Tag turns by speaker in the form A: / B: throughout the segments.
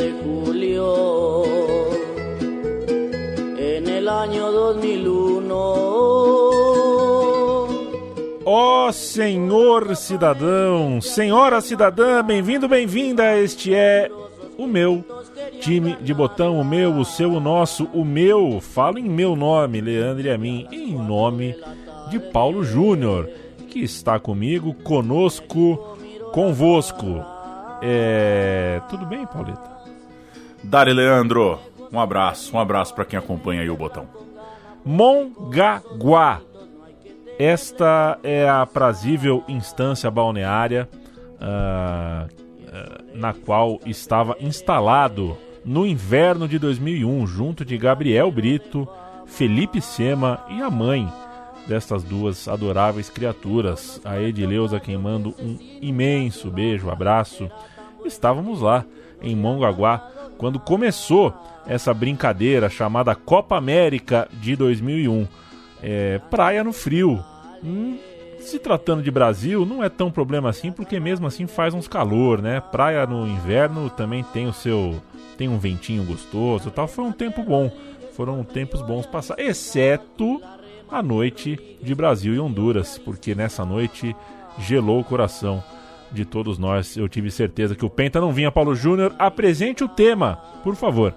A: de julio en el año 2001.
B: Ó senhor cidadão, senhora cidadã, bem-vindo, bem-vinda. Este é o meu time de botão, o meu, o seu, o nosso, o meu. Falo em meu nome, Leandro e a mim, em nome de Paulo Júnior, que está comigo, conosco, convosco. Tudo bem, Pauleta?
C: Dari, Leandro, um abraço para quem acompanha aí o botão.
B: Mongaguá. Esta é a aprazível instância balneária na qual estava instalado no inverno de 2001, junto de Gabriel Brito, Felipe Sema e a mãe destas duas adoráveis criaturas, a Edileuza, quem mando um imenso beijo, abraço. Estávamos lá em Mongaguá quando começou essa brincadeira chamada Copa América de 2001. Praia no frio. Se tratando de Brasil, não é tão problema assim, porque mesmo assim faz uns calor, né? Praia no inverno também tem tem um ventinho gostoso e tal. Foi um tempo bom, foram tempos bons passar, exceto a noite de Brasil e Honduras, porque nessa noite gelou o coração de todos nós. Eu tive certeza que o Penta não vinha. Paulo Júnior, apresente o tema, por favor.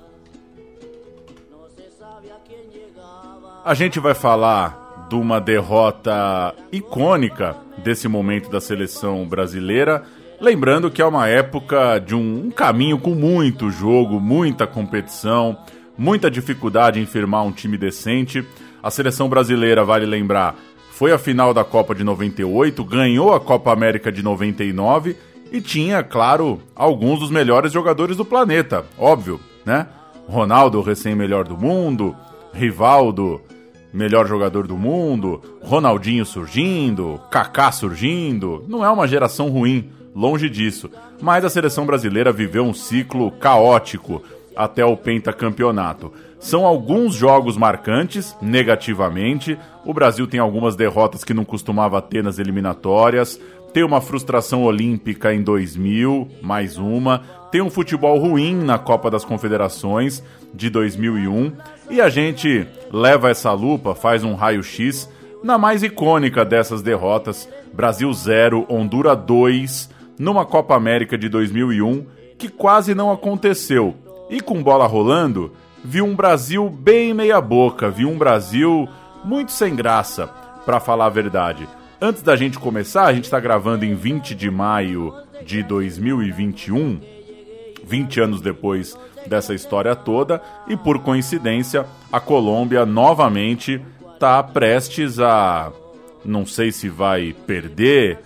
C: A gente vai falar de uma derrota icônica desse momento da seleção brasileira, lembrando que é uma época de um caminho com muito jogo, muita competição, muita dificuldade em firmar um time decente. A seleção brasileira, vale lembrar, foi à final da Copa de 98, ganhou a Copa América de 99 e tinha, claro, alguns dos melhores jogadores do planeta, óbvio, né? Ronaldo, recém-melhor do mundo, Rivaldo, melhor jogador do mundo, Ronaldinho surgindo, Kaká surgindo. Não é uma geração ruim, longe disso. Mas a seleção brasileira viveu um ciclo caótico até o pentacampeonato. São alguns jogos marcantes, negativamente. O Brasil tem algumas derrotas que não costumava ter nas eliminatórias. Tem uma frustração olímpica em 2000, mais uma. Tem um futebol ruim na Copa das Confederações de 2001. E a gente leva essa lupa, faz um raio-x na mais icônica dessas derrotas. Brasil 0, Honduras 2, numa Copa América de 2001, que quase não aconteceu. E com bola rolando, vi um Brasil bem meia boca, vi um Brasil muito sem graça, pra falar a verdade. Antes da gente começar, a gente está gravando em 20 de maio de 2021, 20 anos depois dessa história toda, e por coincidência, a Colômbia novamente está prestes a, não sei se vai perder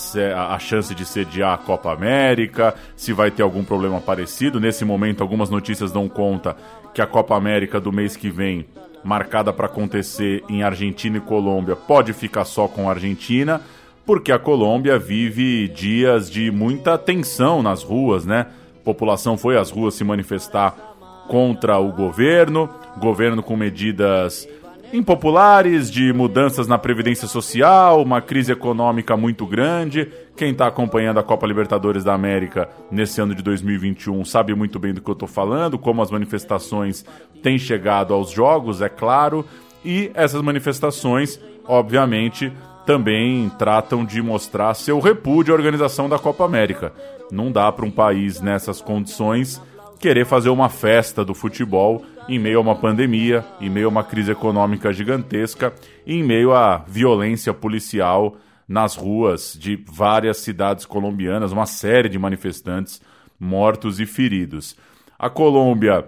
C: a chance de sediar a Copa América, se vai ter algum problema parecido. Nesse momento, algumas notícias dão conta que a Copa América do mês que vem, marcada para acontecer em Argentina e Colômbia, pode ficar só com a Argentina, porque a Colômbia vive dias de muita tensão nas ruas, né? A população foi às ruas se manifestar contra o governo com medidas impopulares, de mudanças na Previdência Social, uma crise econômica muito grande. Quem está acompanhando a Copa Libertadores da América nesse ano de 2021 sabe muito bem do que eu estou falando, como as manifestações têm chegado aos jogos, é claro, e essas manifestações, obviamente, também tratam de mostrar seu repúdio à organização da Copa América. Não dá para um país nessas condições querer fazer uma festa do futebol em meio a uma pandemia, em meio a uma crise econômica gigantesca, em meio à violência policial nas ruas de várias cidades colombianas, uma série de manifestantes mortos e feridos. A Colômbia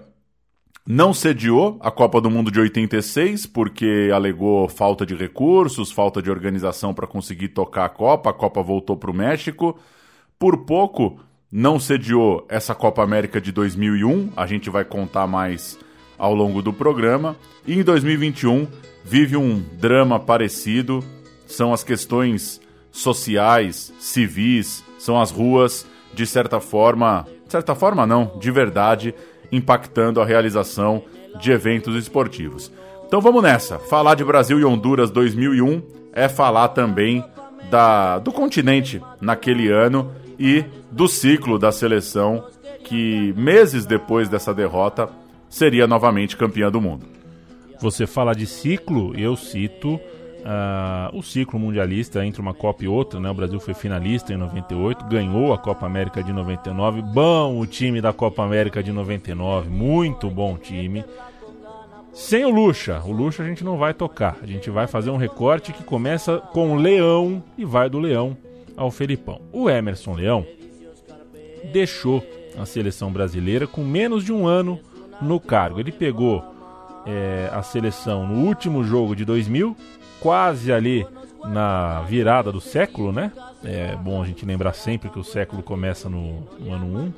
C: não sediou a Copa do Mundo de 86 porque alegou falta de recursos, falta de organização para conseguir tocar a Copa voltou para o México. Por pouco não sediou essa Copa América de 2001, a gente vai contar mais ao longo do programa, e em 2021 vive um drama parecido, são as questões sociais, civis, são as ruas, de certa forma não, de verdade, impactando a realização de eventos esportivos. Então vamos nessa, falar de Brasil e Honduras 2001 é falar também do continente naquele ano e do ciclo da seleção que meses depois dessa derrota seria novamente campeã do mundo.
B: Você fala de ciclo, eu cito o ciclo mundialista entre uma Copa e outra, né? O Brasil foi finalista em 98, ganhou a Copa América de 99, bom o time da Copa América de 99, muito bom time. Sem o Lucha a gente não vai tocar, a gente vai fazer um recorte que começa com o Leão e vai do Leão ao Felipão. O Emerson Leão deixou a seleção brasileira com menos de um ano no cargo. Ele pegou a seleção no último jogo de 2000, quase ali na virada do século, né? É bom a gente lembrar sempre que o século começa no ano 1.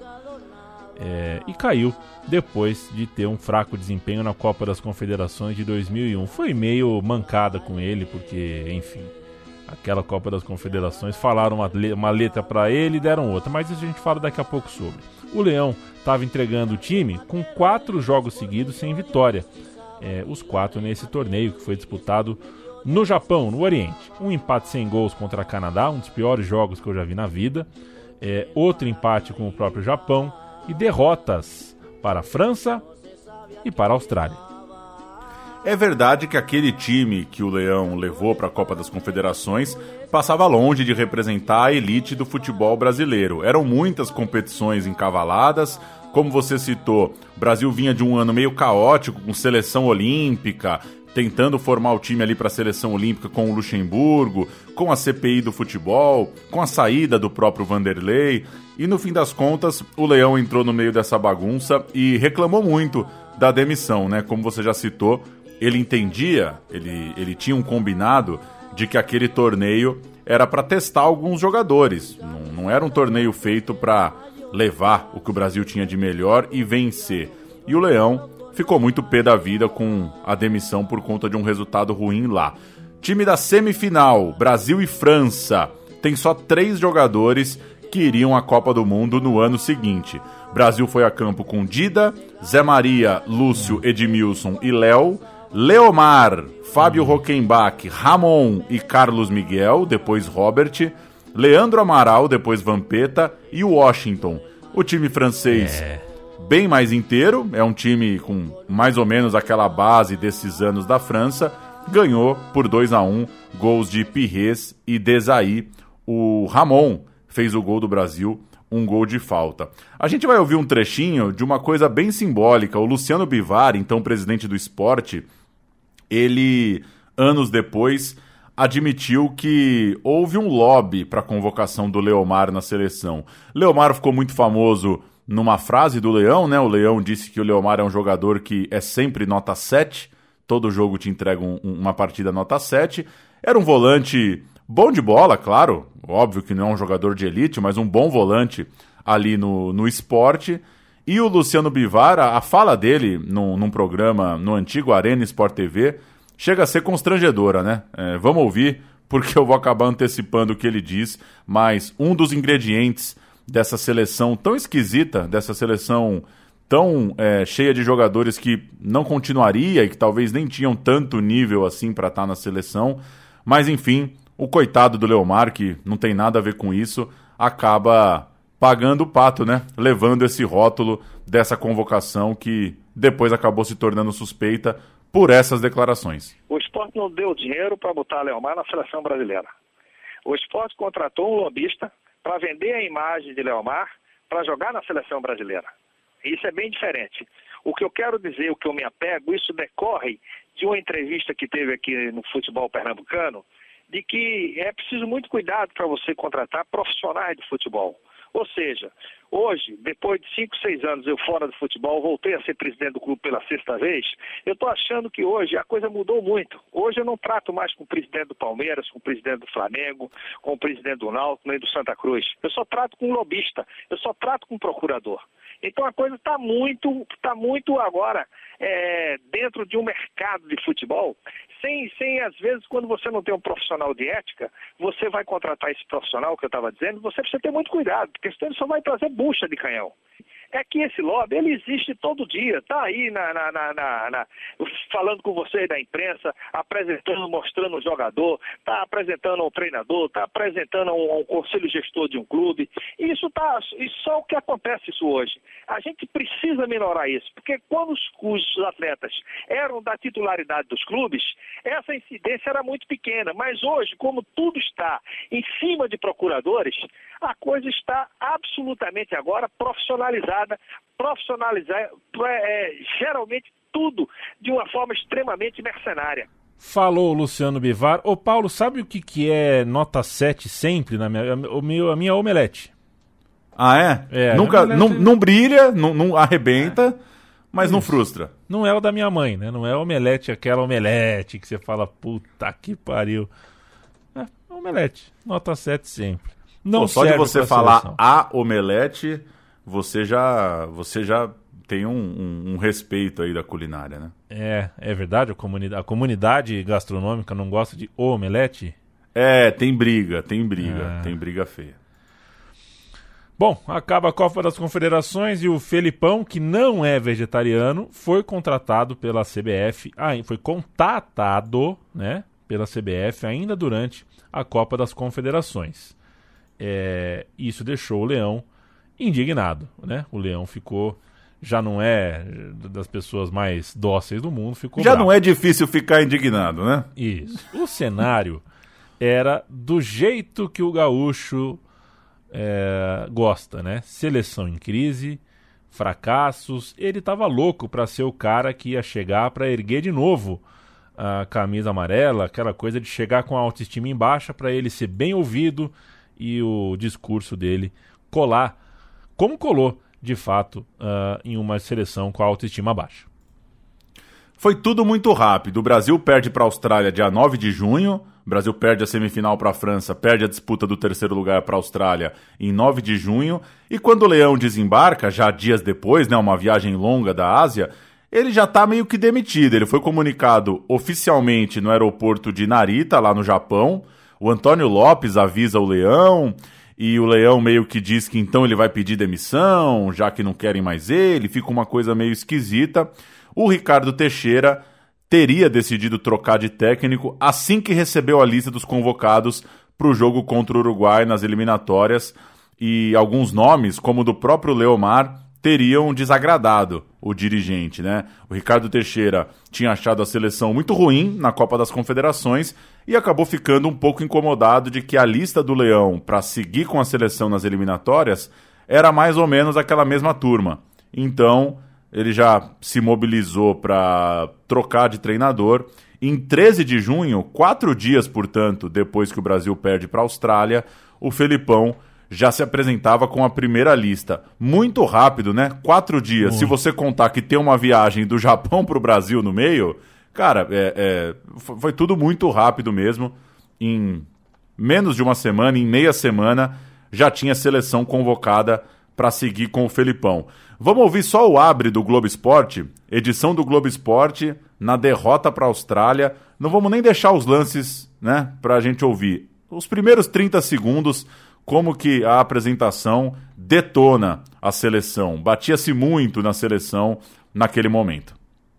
B: E caiu depois de ter um fraco desempenho na Copa das Confederações de 2001. Foi meio mancada com ele, porque, enfim, aquela Copa das Confederações falaram uma letra para ele e deram outra, mas isso a gente fala daqui a pouco sobre. O Leão estava entregando o time com 4 jogos seguidos sem vitória, os 4 nesse torneio que foi disputado no Japão, no Oriente. Um empate sem gols contra o Canadá, um dos piores jogos que eu já vi na vida, outro empate com o próprio Japão e derrotas para a França e para a Austrália.
C: É verdade que aquele time que o Leão levou para a Copa das Confederações passava longe de representar a elite do futebol brasileiro. Eram muitas competições encavaladas. Como você citou, o Brasil vinha de um ano meio caótico, com seleção olímpica, tentando formar o time ali para a seleção olímpica com o Luxemburgo, com a CPI do futebol, com a saída do próprio Vanderlei. E no fim das contas, o Leão entrou no meio dessa bagunça e reclamou muito da demissão, né? Como você já citou, ele entendia, ele tinha um combinado de que aquele torneio era para testar alguns jogadores. Não era um torneio feito para levar o que o Brasil tinha de melhor e vencer. E o Leão ficou muito pé da vida com a demissão por conta de um resultado ruim lá. Time da semifinal, Brasil e França, tem só 3 jogadores que iriam à Copa do Mundo no ano seguinte. Brasil foi a campo com Dida, Zé Maria, Lúcio, Edmilson e Léo, Leomar, Fábio Rockenbach, Ramon e Carlos Miguel, depois Robert, Leandro Amaral, depois Vampeta e Washington. O time francês bem mais inteiro, é um time com mais ou menos aquela base desses anos da França, ganhou por 2-1, gols de Pires e Desailly. O Ramon fez o gol do Brasil, um gol de falta. A gente vai ouvir um trechinho de uma coisa bem simbólica. O Luciano Bivar, então presidente do Sport, ele, anos depois, admitiu que houve um lobby para a convocação do Leomar na seleção. Leomar ficou muito famoso numa frase do Leão, né? O Leão disse que o Leomar é um jogador que é sempre nota 7, todo jogo te entrega uma partida nota 7. Era um volante bom de bola, claro, óbvio que não é um jogador de elite, mas um bom volante ali no esporte. E o Luciano Bivar, a fala dele num programa no antigo Arena Sport TV, chega a ser constrangedora, né? Vamos ouvir, porque eu vou acabar antecipando o que ele diz, mas um dos ingredientes dessa seleção tão esquisita, dessa seleção tão cheia de jogadores que não continuaria e que talvez nem tinham tanto nível assim para estar na seleção, mas enfim, o coitado do Leomar, que não tem nada a ver com isso, acaba pagando o pato, né? Levando esse rótulo dessa convocação que depois acabou se tornando suspeita por essas declarações.
D: O Sport não deu dinheiro para botar Leomar na seleção brasileira. O Sport contratou um lobista para vender a imagem de Leomar para jogar na seleção brasileira. Isso é bem diferente. O que eu quero dizer, o que eu me apego, isso decorre de uma entrevista que teve aqui no futebol pernambucano, de que é preciso muito cuidado para você contratar profissionais de futebol. Ou seja, hoje, depois de 5, 6 anos eu fora do futebol, voltei a ser presidente do clube pela 6ª vez, eu estou achando que hoje a coisa mudou muito. Hoje eu não trato mais com o presidente do Palmeiras, com o presidente do Flamengo, com o presidente do Náutico, nem do Santa Cruz. Eu só trato com um lobista, eu só trato com um procurador. Então a coisa está muito agora dentro de um mercado de futebol, sem às vezes, quando você não tem um profissional de ética, você vai contratar esse profissional que eu estava dizendo, você precisa ter muito cuidado, porque senão ele só vai trazer bucha de canhão. é que esse lobby, ele existe todo dia, está aí falando com vocês da imprensa, apresentando, mostrando o jogador, está apresentando um treinador, está apresentando um conselho gestor de um clube. Isso só o que acontece isso hoje. A gente precisa minorar isso, porque quando os atletas eram da titularidade dos clubes, essa incidência era muito pequena, mas hoje, como tudo está em cima de procuradores, a coisa está absolutamente agora profissionalizada, geralmente tudo de uma forma extremamente mercenária.
B: Falou Luciano Bivar. Ô Paulo, sabe o que é nota 7 sempre na a minha omelete?
C: Ah, é? Nunca,
B: omelete...
C: não brilha, não arrebenta, mas não frustra.
B: Não é o da minha mãe, né? Não é omelete, aquela omelete que você fala, puta que pariu. É omelete, nota 7 sempre. Não. Pô,
C: só de você falar a omelete, você já tem um respeito aí da culinária, né?
B: É verdade? A comunidade gastronômica não gosta de omelete?
C: Tem briga feia.
B: Bom, acaba a Copa das Confederações e o Felipão, que não é vegetariano, foi contratado pela CBF, foi contatado, né, pela CBF ainda durante a Copa das Confederações. Isso deixou o Leão indignado, né? O Leão já não é das pessoas mais dóceis do mundo, ficou
C: já
B: bravo.
C: Não é difícil ficar indignado, né?
B: Isso. O cenário era do jeito que o gaúcho gosta, né? Seleção em crise, fracassos. Ele tava louco para ser o cara que ia chegar para erguer de novo a camisa amarela, aquela coisa de chegar com a autoestima em baixa para ele ser bem ouvido e o discurso dele colar, como colou de fato em uma seleção com a autoestima baixa.
C: Foi tudo muito rápido. O Brasil perde para a Austrália dia 9 de junho, o Brasil perde a semifinal para a França, perde a disputa do terceiro lugar para a Austrália em 9 de junho, e quando o Leão desembarca, já dias depois, né, uma viagem longa da Ásia, ele já está meio que demitido. Ele foi comunicado oficialmente no aeroporto de Narita, lá no Japão. O Antônio Lopes avisa o Leão, e o Leão meio que diz que então ele vai pedir demissão, já que não querem mais ele, fica uma coisa meio esquisita. O Ricardo Teixeira teria decidido trocar de técnico assim que recebeu a lista dos convocados para o jogo contra o Uruguai nas eliminatórias, e alguns nomes, como o do próprio Leomar, teriam desagradado o dirigente, né? O Ricardo Teixeira tinha achado a seleção muito ruim na Copa das Confederações e acabou ficando um pouco incomodado de que a lista do Leão para seguir com a seleção nas eliminatórias era mais ou menos aquela mesma turma. Então, ele já se mobilizou para trocar de treinador. Em 13 de junho, 4 dias, portanto, depois que o Brasil perde para a Austrália, o Felipão já se apresentava com a primeira lista. Muito rápido, né? 4 dias. Se você contar que tem uma viagem do Japão para o Brasil no meio, cara, foi tudo muito rápido mesmo. Em menos de uma semana, em meia semana, já tinha seleção convocada para seguir com o Felipão. Vamos ouvir só o abre do Globo Esporte, edição do Globo Esporte, na derrota para a Austrália. Não vamos nem deixar os lances, né, para a gente ouvir. Os primeiros 30 segundos, como que a apresentação detona a seleção. Batia-se muito na seleção naquele momento.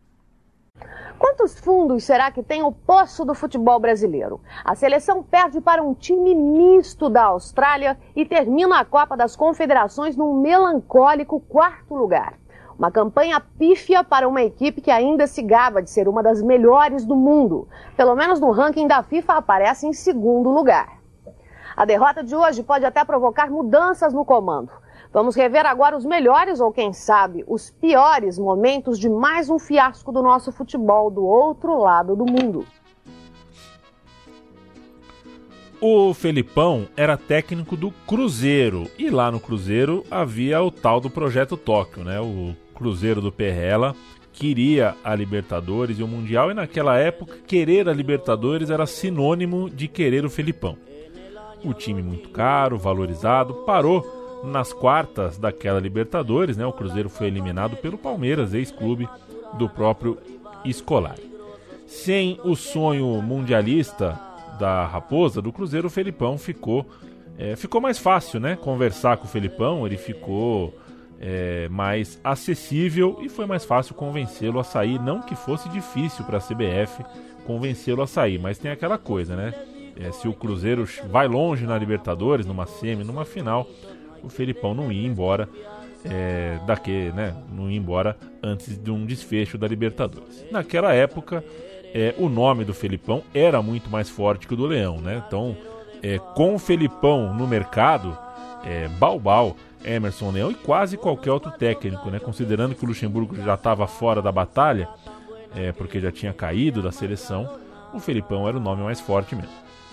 E: Quantos fundos será que tem o poço do futebol brasileiro? A seleção perde para um time misto da Austrália e termina a Copa das Confederações num melancólico 4º lugar. Uma campanha pífia para uma equipe que ainda se gaba de ser uma das melhores do mundo. Pelo menos no ranking da FIFA aparece em 2º lugar. A derrota de hoje pode até provocar mudanças no comando. Vamos rever agora os melhores, ou quem sabe, os piores momentos de mais um fiasco do nosso futebol do outro lado do mundo.
B: O Felipão era técnico do Cruzeiro, e lá no Cruzeiro havia o tal do Projeto Tóquio, né? O Cruzeiro do Perrella queria a Libertadores e o Mundial, e naquela época querer a Libertadores era sinônimo de querer o Felipão. O time muito caro, valorizado, parou nas quartas daquela Libertadores, né? O Cruzeiro foi eliminado pelo Palmeiras, ex-clube do próprio Scolari. Sem o sonho mundialista da Raposa, do Cruzeiro, o Felipão ficou mais fácil, né? Conversar com o Felipão, ele ficou mais acessível e foi mais fácil convencê-lo a sair. Não que fosse difícil para a CBF convencê-lo a sair, mas tem aquela coisa, né? Se o Cruzeiro vai longe na Libertadores, numa semi, numa final, o Felipão não ia embora não ia embora antes de um desfecho da Libertadores. Naquela época, o nome do Felipão era muito mais forte que o do Leão, né? Então, com o Felipão no mercado, Balbal, Emerson, Leão e quase qualquer outro técnico, né? Considerando que o Luxemburgo já estava fora da batalha, porque já tinha caído da seleção, o Felipão era o nome mais forte mesmo.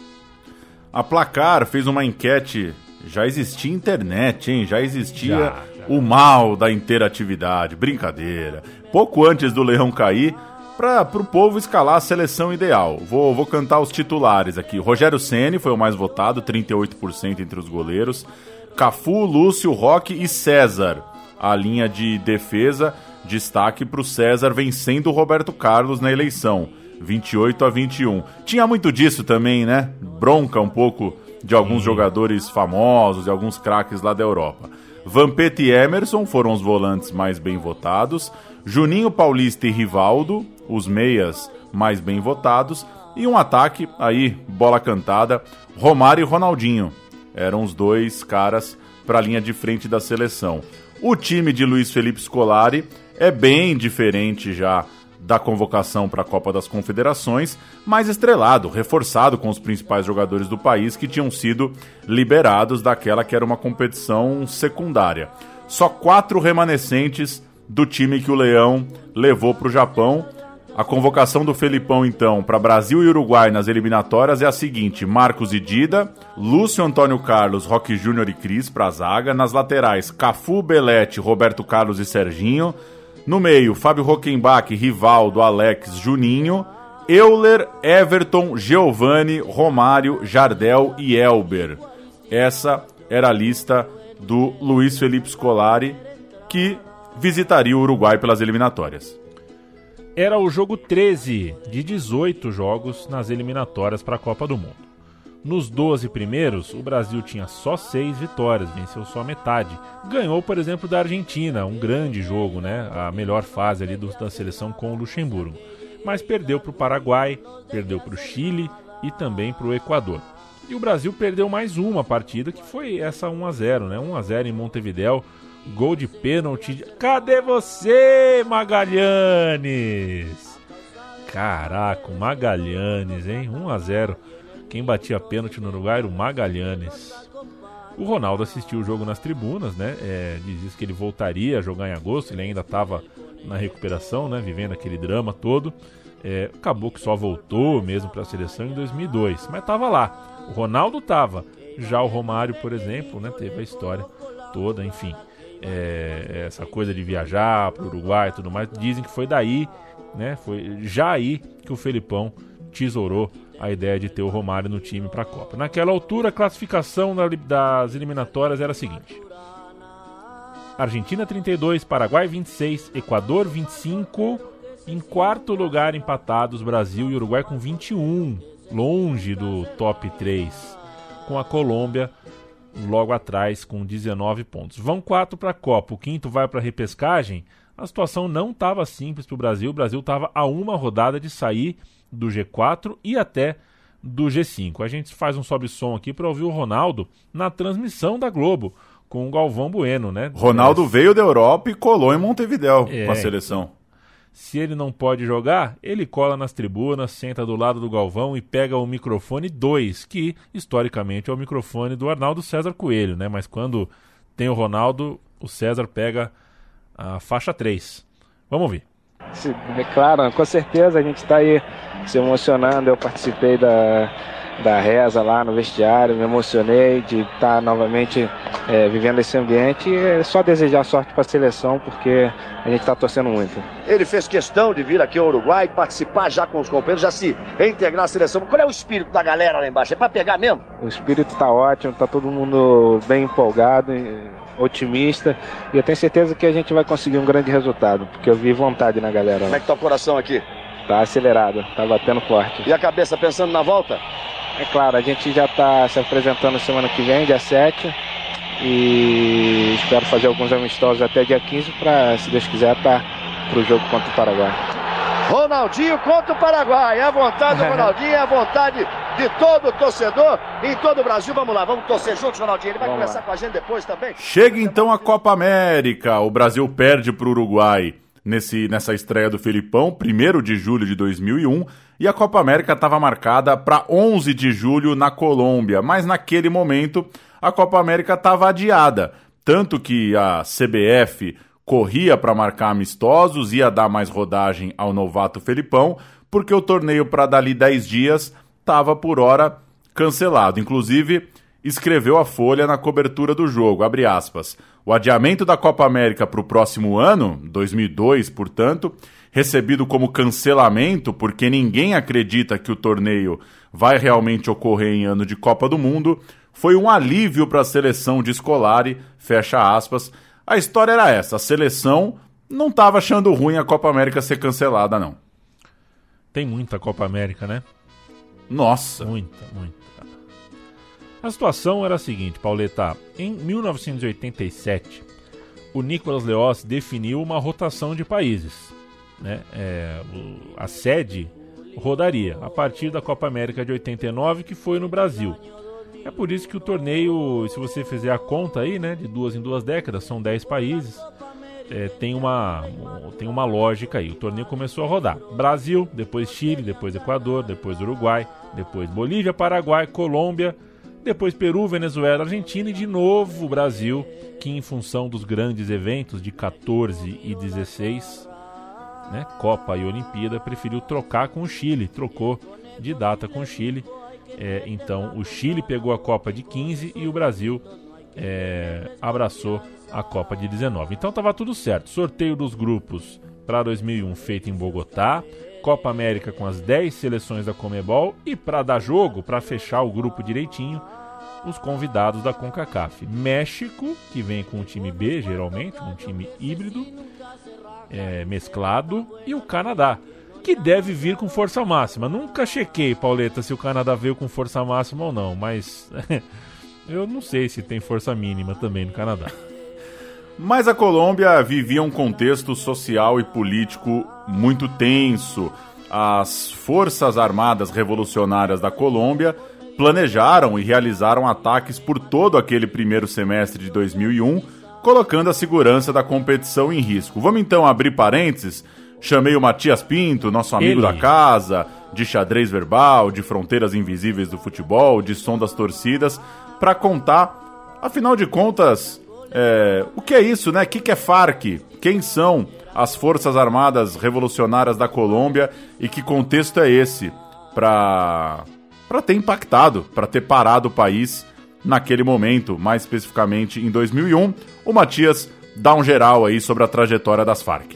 C: A Placar fez uma enquete, já existia internet, hein? Já existia o mal da interatividade, brincadeira. Pouco antes do Leão cair, para o povo escalar a seleção ideal. Vou cantar os titulares aqui. Rogério Ceni foi o mais votado, 38% entre os goleiros. Cafu, Lúcio, Roque e César. A linha de defesa, destaque para o César vencendo o Roberto Carlos na eleição, 28-21. Tinha muito disso também, né? Bronca um pouco de alguns jogadores famosos e alguns craques lá da Europa. Vampeta e Emerson foram os volantes mais bem votados. Juninho Paulista e Rivaldo, os meias mais bem votados. E um ataque, aí, bola cantada, Romário e Ronaldinho. Eram os dois caras para a linha de frente da seleção. O time de Luiz Felipe Scolari é bem diferente já da convocação para a Copa das Confederações, mais estrelado, reforçado com os principais jogadores do país que tinham sido liberados daquela que era uma competição secundária. Só 4 remanescentes do time que o Leão levou para o Japão. A convocação do Felipão, então, para Brasil e Uruguai nas eliminatórias é a seguinte: Marcos e Dida, Lúcio, Antônio Carlos, Roque Júnior e Cris para a zaga, nas laterais Cafu, Belete, Roberto Carlos e Serginho, no meio Fábio Rockenbach, Rivaldo, Alex, Juninho, Euler, Everton, Giovani, Romário, Jardel e Elber. Essa era a lista do Luiz Felipe Scolari, que visitaria o Uruguai pelas eliminatórias.
B: Era o jogo 13 de 18 jogos nas eliminatórias para a Copa do Mundo. Nos 12 primeiros, o Brasil tinha só 6 vitórias, venceu só metade. Ganhou, por exemplo, da Argentina, um grande jogo, né? A melhor fase ali da seleção com o Luxemburgo. Mas perdeu para o Paraguai, perdeu para o Chile e também para o Equador. E o Brasil perdeu mais uma partida, que foi essa 1-0, né? 1-0 em Montevidéu, gol de pênalti. Cadê você, Magalhães? Caraca, o Magalhães, hein? 1-0. Quem batia pênalti no Uruguai era o Magalhães. O Ronaldo assistiu o jogo nas tribunas, né? Dizia que ele voltaria a jogar em agosto. Ele ainda estava na recuperação, né? Vivendo aquele drama todo. Acabou que só voltou mesmo para a seleção em 2002. Mas estava lá. O Ronaldo estava. Já o Romário, por exemplo, né? Teve a história toda, enfim. Essa coisa de viajar para o Uruguai e tudo mais. Dizem que foi daí, né? Foi já aí que o Felipão tesourou a ideia de ter o Romário no time para a Copa. Naquela altura, a classificação das eliminatórias era a seguinte: Argentina 32, Paraguai 26, Equador 25, em quarto lugar empatados Brasil e Uruguai com 21, longe do top 3, com a Colômbia logo atrás com 19 pontos. Vão 4 para a Copa, o quinto vai para a repescagem. A situação não estava simples para o Brasil estava a uma rodada de sair do G4 e até do G5. A gente faz um sobe-som aqui para ouvir o Ronaldo na transmissão da Globo, com o Galvão Bueno, né?
C: Ronaldo veio da Europa e colou em Montevidéu com a seleção.
B: Se ele não pode jogar, ele cola nas tribunas, senta do lado do Galvão e pega o microfone 2, que historicamente é o microfone do Arnaldo César Coelho, né? Mas quando tem o Ronaldo, o César pega a faixa 3. Vamos ouvir.
F: É claro, com certeza a gente está aí se emocionando. Eu participei da reza lá no vestiário, me emocionei de estar novamente vivendo esse ambiente, e é só desejar sorte para a seleção, porque a gente está torcendo muito.
G: Ele fez questão de vir aqui ao Uruguai, participar já com os companheiros, já se reintegrar à seleção. Qual é o espírito da galera lá embaixo? É para pegar mesmo?
F: O espírito está ótimo, está todo mundo bem empolgado, otimista, e eu tenho certeza que a gente vai conseguir um grande resultado, porque eu vi vontade na galera.
G: Como é que tá o coração aqui?
F: Tá acelerado, tá batendo forte.
G: E a cabeça pensando na volta?
F: É claro, a gente já tá se apresentando semana que vem, dia 7, e espero fazer alguns amistosos até dia 15 para, se Deus quiser, estar para o jogo contra o Paraguai.
G: Ronaldinho contra o Paraguai. É a vontade do Ronaldinho, é a vontade de todo torcedor em todo o Brasil. Vamos lá, vamos torcer juntos, Ronaldinho. Ele vai conversar com a gente depois também.
C: Chega então a Copa América. O Brasil perde para o Uruguai nessa estreia do Felipão, 1º de julho de 2001, e a Copa América estava marcada para 11 de julho na Colômbia, mas naquele momento a Copa América estava adiada, tanto que a CBF corria para marcar amistosos, ia dar mais rodagem ao novato Felipão, porque o torneio para dali 10 dias estava por hora cancelado. Inclusive, escreveu a Folha na cobertura do jogo, abre aspas, o adiamento da Copa América para o próximo ano, 2002, portanto, recebido como cancelamento porque ninguém acredita que o torneio vai realmente ocorrer em ano de Copa do Mundo, foi um alívio para a seleção de Scolari, fecha aspas. A história era essa, a seleção não estava achando ruim a Copa América ser cancelada, não.
B: Tem muita Copa América, né?
C: Nossa!
B: Muita. A situação era a seguinte, Pauleta. Em 1987, o Nicolas Leoz definiu uma rotação de países, né? A sede rodaria a partir da Copa América de 89, que foi no Brasil. É por isso que o torneio, se você fizer a conta aí, né, de 2 em 2 décadas, são 10 países, tem uma lógica aí. O torneio começou a rodar. Brasil, depois Chile, depois Equador, depois Uruguai, depois Bolívia, Paraguai, Colômbia, depois Peru, Venezuela, Argentina e de novo o Brasil, que em função dos grandes eventos de 14 e 16, né, Copa e Olimpíada, preferiu trocar com o Chile, trocou de data com o Chile. Então o Chile pegou a Copa de 15 e o Brasil abraçou a Copa de 19. Então estava tudo certo. Sorteio dos grupos para 2001 feito em Bogotá, Copa América com as 10 seleções da Conmebol e para dar jogo, para fechar o grupo direitinho, os convidados da CONCACAF. México, que vem com o time B, geralmente, um time híbrido, mesclado, e o Canadá, que deve vir com força máxima. Nunca chequei, Pauleta, se o Canadá veio com força máxima ou não, mas eu não sei se tem força mínima também no Canadá.
C: Mas a Colômbia vivia um contexto social e político muito tenso. As Forças Armadas Revolucionárias da Colômbia planejaram e realizaram ataques por todo aquele primeiro semestre de 2001, colocando a segurança da competição em risco. Vamos então abrir parênteses. Chamei o Matias Pinto, nosso amigo da casa, de xadrez verbal, de fronteiras invisíveis do futebol, de som das torcidas, para contar, afinal de contas, o que é isso, né? O que é FARC? Quem são as Forças Armadas Revolucionárias da Colômbia e que contexto é esse para ter impactado, para ter parado o país naquele momento, mais especificamente em 2001? O Matias dá um geral aí sobre a trajetória das FARC.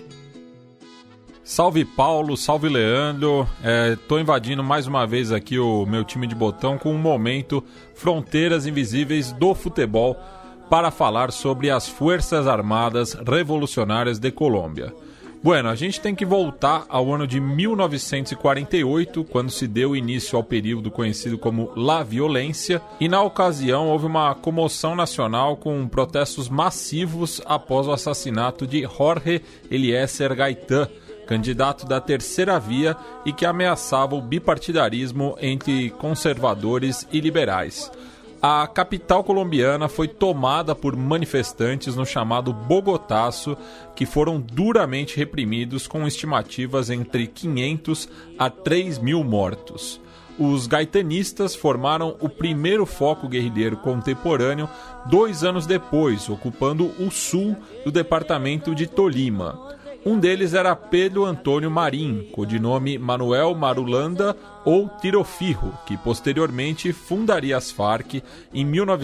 H: Salve Paulo, salve Leandro, tô invadindo mais uma vez aqui o meu time de botão com um momento Fronteiras Invisíveis do Futebol para falar sobre as Forças Armadas Revolucionárias de Colômbia. Bueno, a gente tem que voltar ao ano de 1948, quando se deu início ao período conhecido como La Violência, e na ocasião houve uma comoção nacional com protestos massivos após o assassinato de Jorge Eliezer Gaitán, candidato da Terceira Via e que ameaçava o bipartidarismo entre conservadores e liberais. A capital colombiana foi tomada por manifestantes no chamado Bogotaço, que foram duramente reprimidos com estimativas entre 500 a 3 mil mortos. Os gaitanistas formaram o primeiro foco guerrilheiro contemporâneo 2 anos depois, ocupando o sul do departamento de Tolima. Um deles era Pedro Antônio Marim, codinome Manuel Marulanda ou Tirofirro, que posteriormente fundaria as FARC em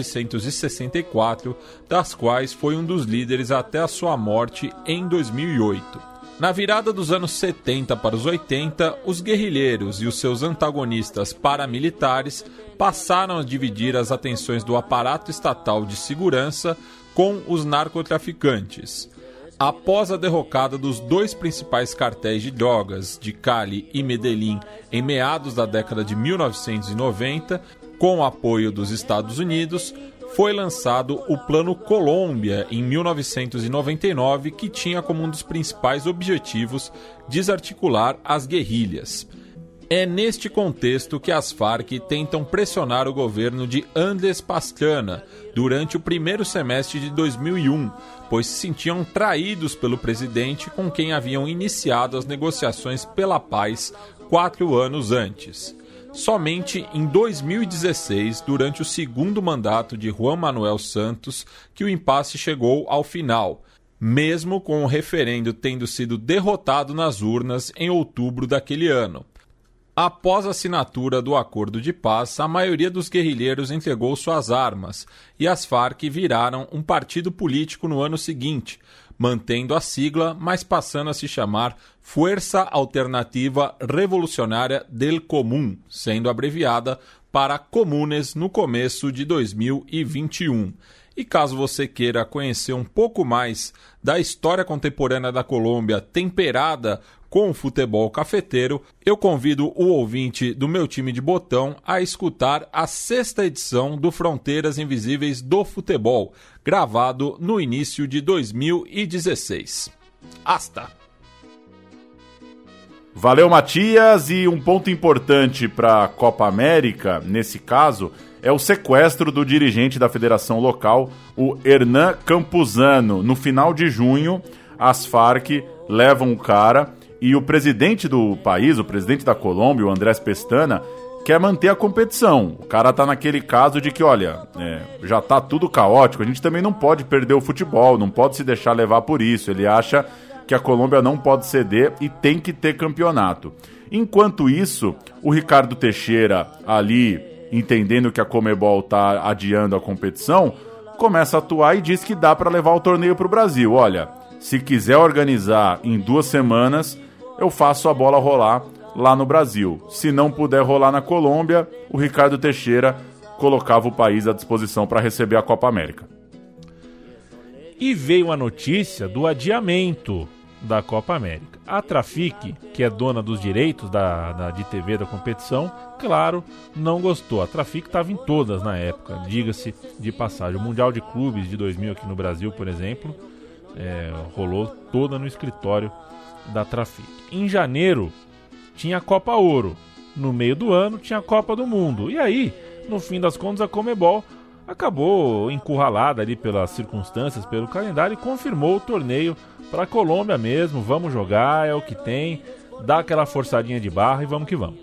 H: 1964, das quais foi um dos líderes até a sua morte em 2008. Na virada dos anos 70 para os 80, os guerrilheiros e os seus antagonistas paramilitares passaram a dividir as atenções do aparato estatal de segurança com os narcotraficantes. Após a derrocada dos 2 principais cartéis de drogas, de Cali e Medellín, em meados da década de 1990, com o apoio dos Estados Unidos, foi lançado o Plano Colômbia em 1999, que tinha como um dos principais objetivos desarticular as guerrilhas. É neste contexto que as Farc tentam pressionar o governo de Andrés Pastrana durante o primeiro semestre de 2001, pois se sentiam traídos pelo presidente com quem haviam iniciado as negociações pela paz 4 anos antes. Somente em 2016, durante o segundo mandato de Juan Manuel Santos, que o impasse chegou ao final, mesmo com o referendo tendo sido derrotado nas urnas em outubro daquele ano. Após a assinatura do acordo de paz, a maioria dos guerrilheiros entregou suas armas e as Farc viraram um partido político no ano seguinte, mantendo a sigla, mas passando a se chamar Fuerza Alternativa Revolucionária del Común, sendo abreviada para Comunes no começo de 2021. E caso você queira conhecer um pouco mais da história contemporânea da Colômbia temperada com o futebol cafeteiro, eu convido o ouvinte do meu time de botão a escutar a 6ª edição do Fronteiras Invisíveis do Futebol, gravado no início de 2016. Hasta!
C: Valeu, Matias, e um ponto importante para a Copa América, nesse caso, é o sequestro do dirigente da federação local, o Hernan Campuzano. No final de junho, as Farc levam o cara e o presidente do país, o presidente da Colômbia, o Andrés Pestana, quer manter a competição. O cara tá naquele caso de que, olha, já tá tudo caótico, a gente também não pode perder o futebol, não pode se deixar levar por isso. Ele acha que a Colômbia não pode ceder e tem que ter campeonato. Enquanto isso, o Ricardo Teixeira, ali, entendendo que a Conmebol tá adiando a competição, começa a atuar e diz que dá para levar o torneio pro Brasil. Olha, se quiser organizar em 2 semanas, eu faço a bola rolar lá no Brasil. Se não puder rolar na Colômbia, o Ricardo Teixeira colocava o país à disposição para receber a Copa América.
B: E veio a notícia do adiamento da Copa América. A Trafic, que é dona dos direitos de TV da competição, claro, não gostou. A Trafic estava em todas na época, diga-se de passagem. O Mundial de Clubes de 2000 aqui no Brasil, por exemplo, rolou toda no escritório da Trafic. Em janeiro tinha a Copa Ouro, no meio do ano tinha a Copa do Mundo, e aí, no fim das contas, a Conmebol acabou encurralada ali pelas circunstâncias, pelo calendário, e confirmou o torneio para a Colômbia mesmo. Vamos jogar, é o que tem, dá aquela forçadinha de barra e vamos que vamos.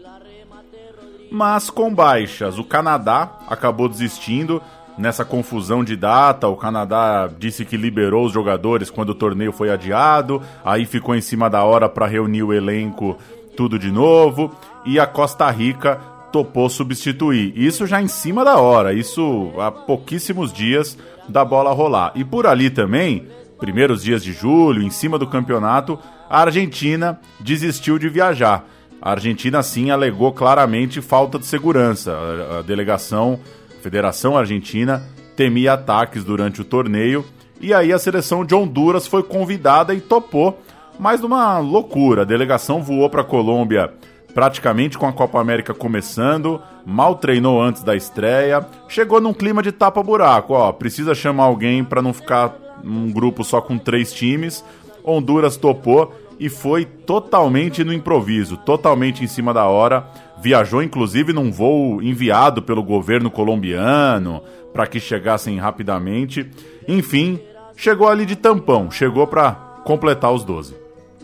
C: Mas com baixas, o Canadá acabou desistindo. Nessa confusão de data, o Canadá disse que liberou os jogadores quando o torneio foi adiado, aí ficou em cima da hora para reunir o elenco tudo de novo, e a Costa Rica topou substituir. Isso já em cima da hora, isso há pouquíssimos dias da bola rolar. E por ali também, primeiros dias de julho, em cima do campeonato, a Argentina desistiu de viajar. A Argentina, sim, alegou claramente falta de segurança. A delegação, a Federação Argentina, temia ataques durante o torneio, e aí a seleção de Honduras foi convidada e topou, mas numa loucura. A delegação voou para a Colômbia praticamente com a Copa América começando, mal treinou antes da estreia, chegou num clima de tapa-buraco, precisa chamar alguém para não ficar um grupo só com 3 times. Honduras topou e foi totalmente no improviso, totalmente em cima da hora. Viajou inclusive num voo enviado pelo governo colombiano para que chegassem rapidamente. Enfim, chegou ali de tampão, chegou para completar os 12.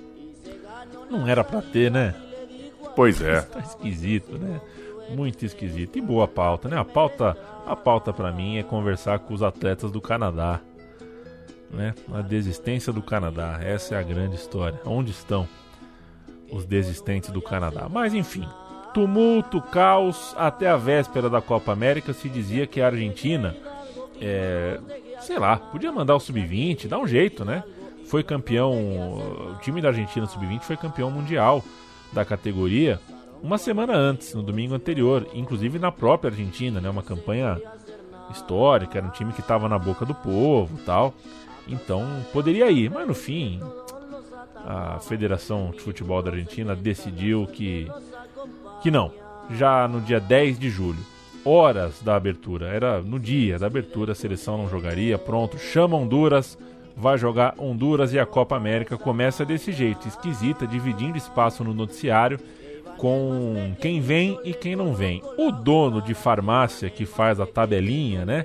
B: Não era para ter, né?
C: Pois é.
B: Tá esquisito, né? Muito esquisito. E boa pauta, né? A pauta pra mim é conversar com os atletas do Canadá, né? A desistência do Canadá, essa é a grande história. Onde estão os desistentes do Canadá? Mas enfim, tumulto, caos, até a véspera da Copa América se dizia que a Argentina, sei lá, podia mandar o Sub-20, dá um jeito, né? Foi campeão, o time da Argentina Sub-20 foi campeão mundial da categoria uma semana antes, no domingo anterior, inclusive na própria Argentina, né? Uma campanha histórica, era um time que estava na boca do povo e tal, então poderia ir, mas no fim a Federação de Futebol da Argentina decidiu que não, já no dia 10 de julho. horas da abertura. Era no dia da abertura, a seleção não jogaria, pronto, chama Honduras, vai jogar Honduras e a Copa América começa desse jeito, esquisita, dividindo espaço no noticiário com quem vem e quem não vem. O dono de farmácia que faz a tabelinha, né?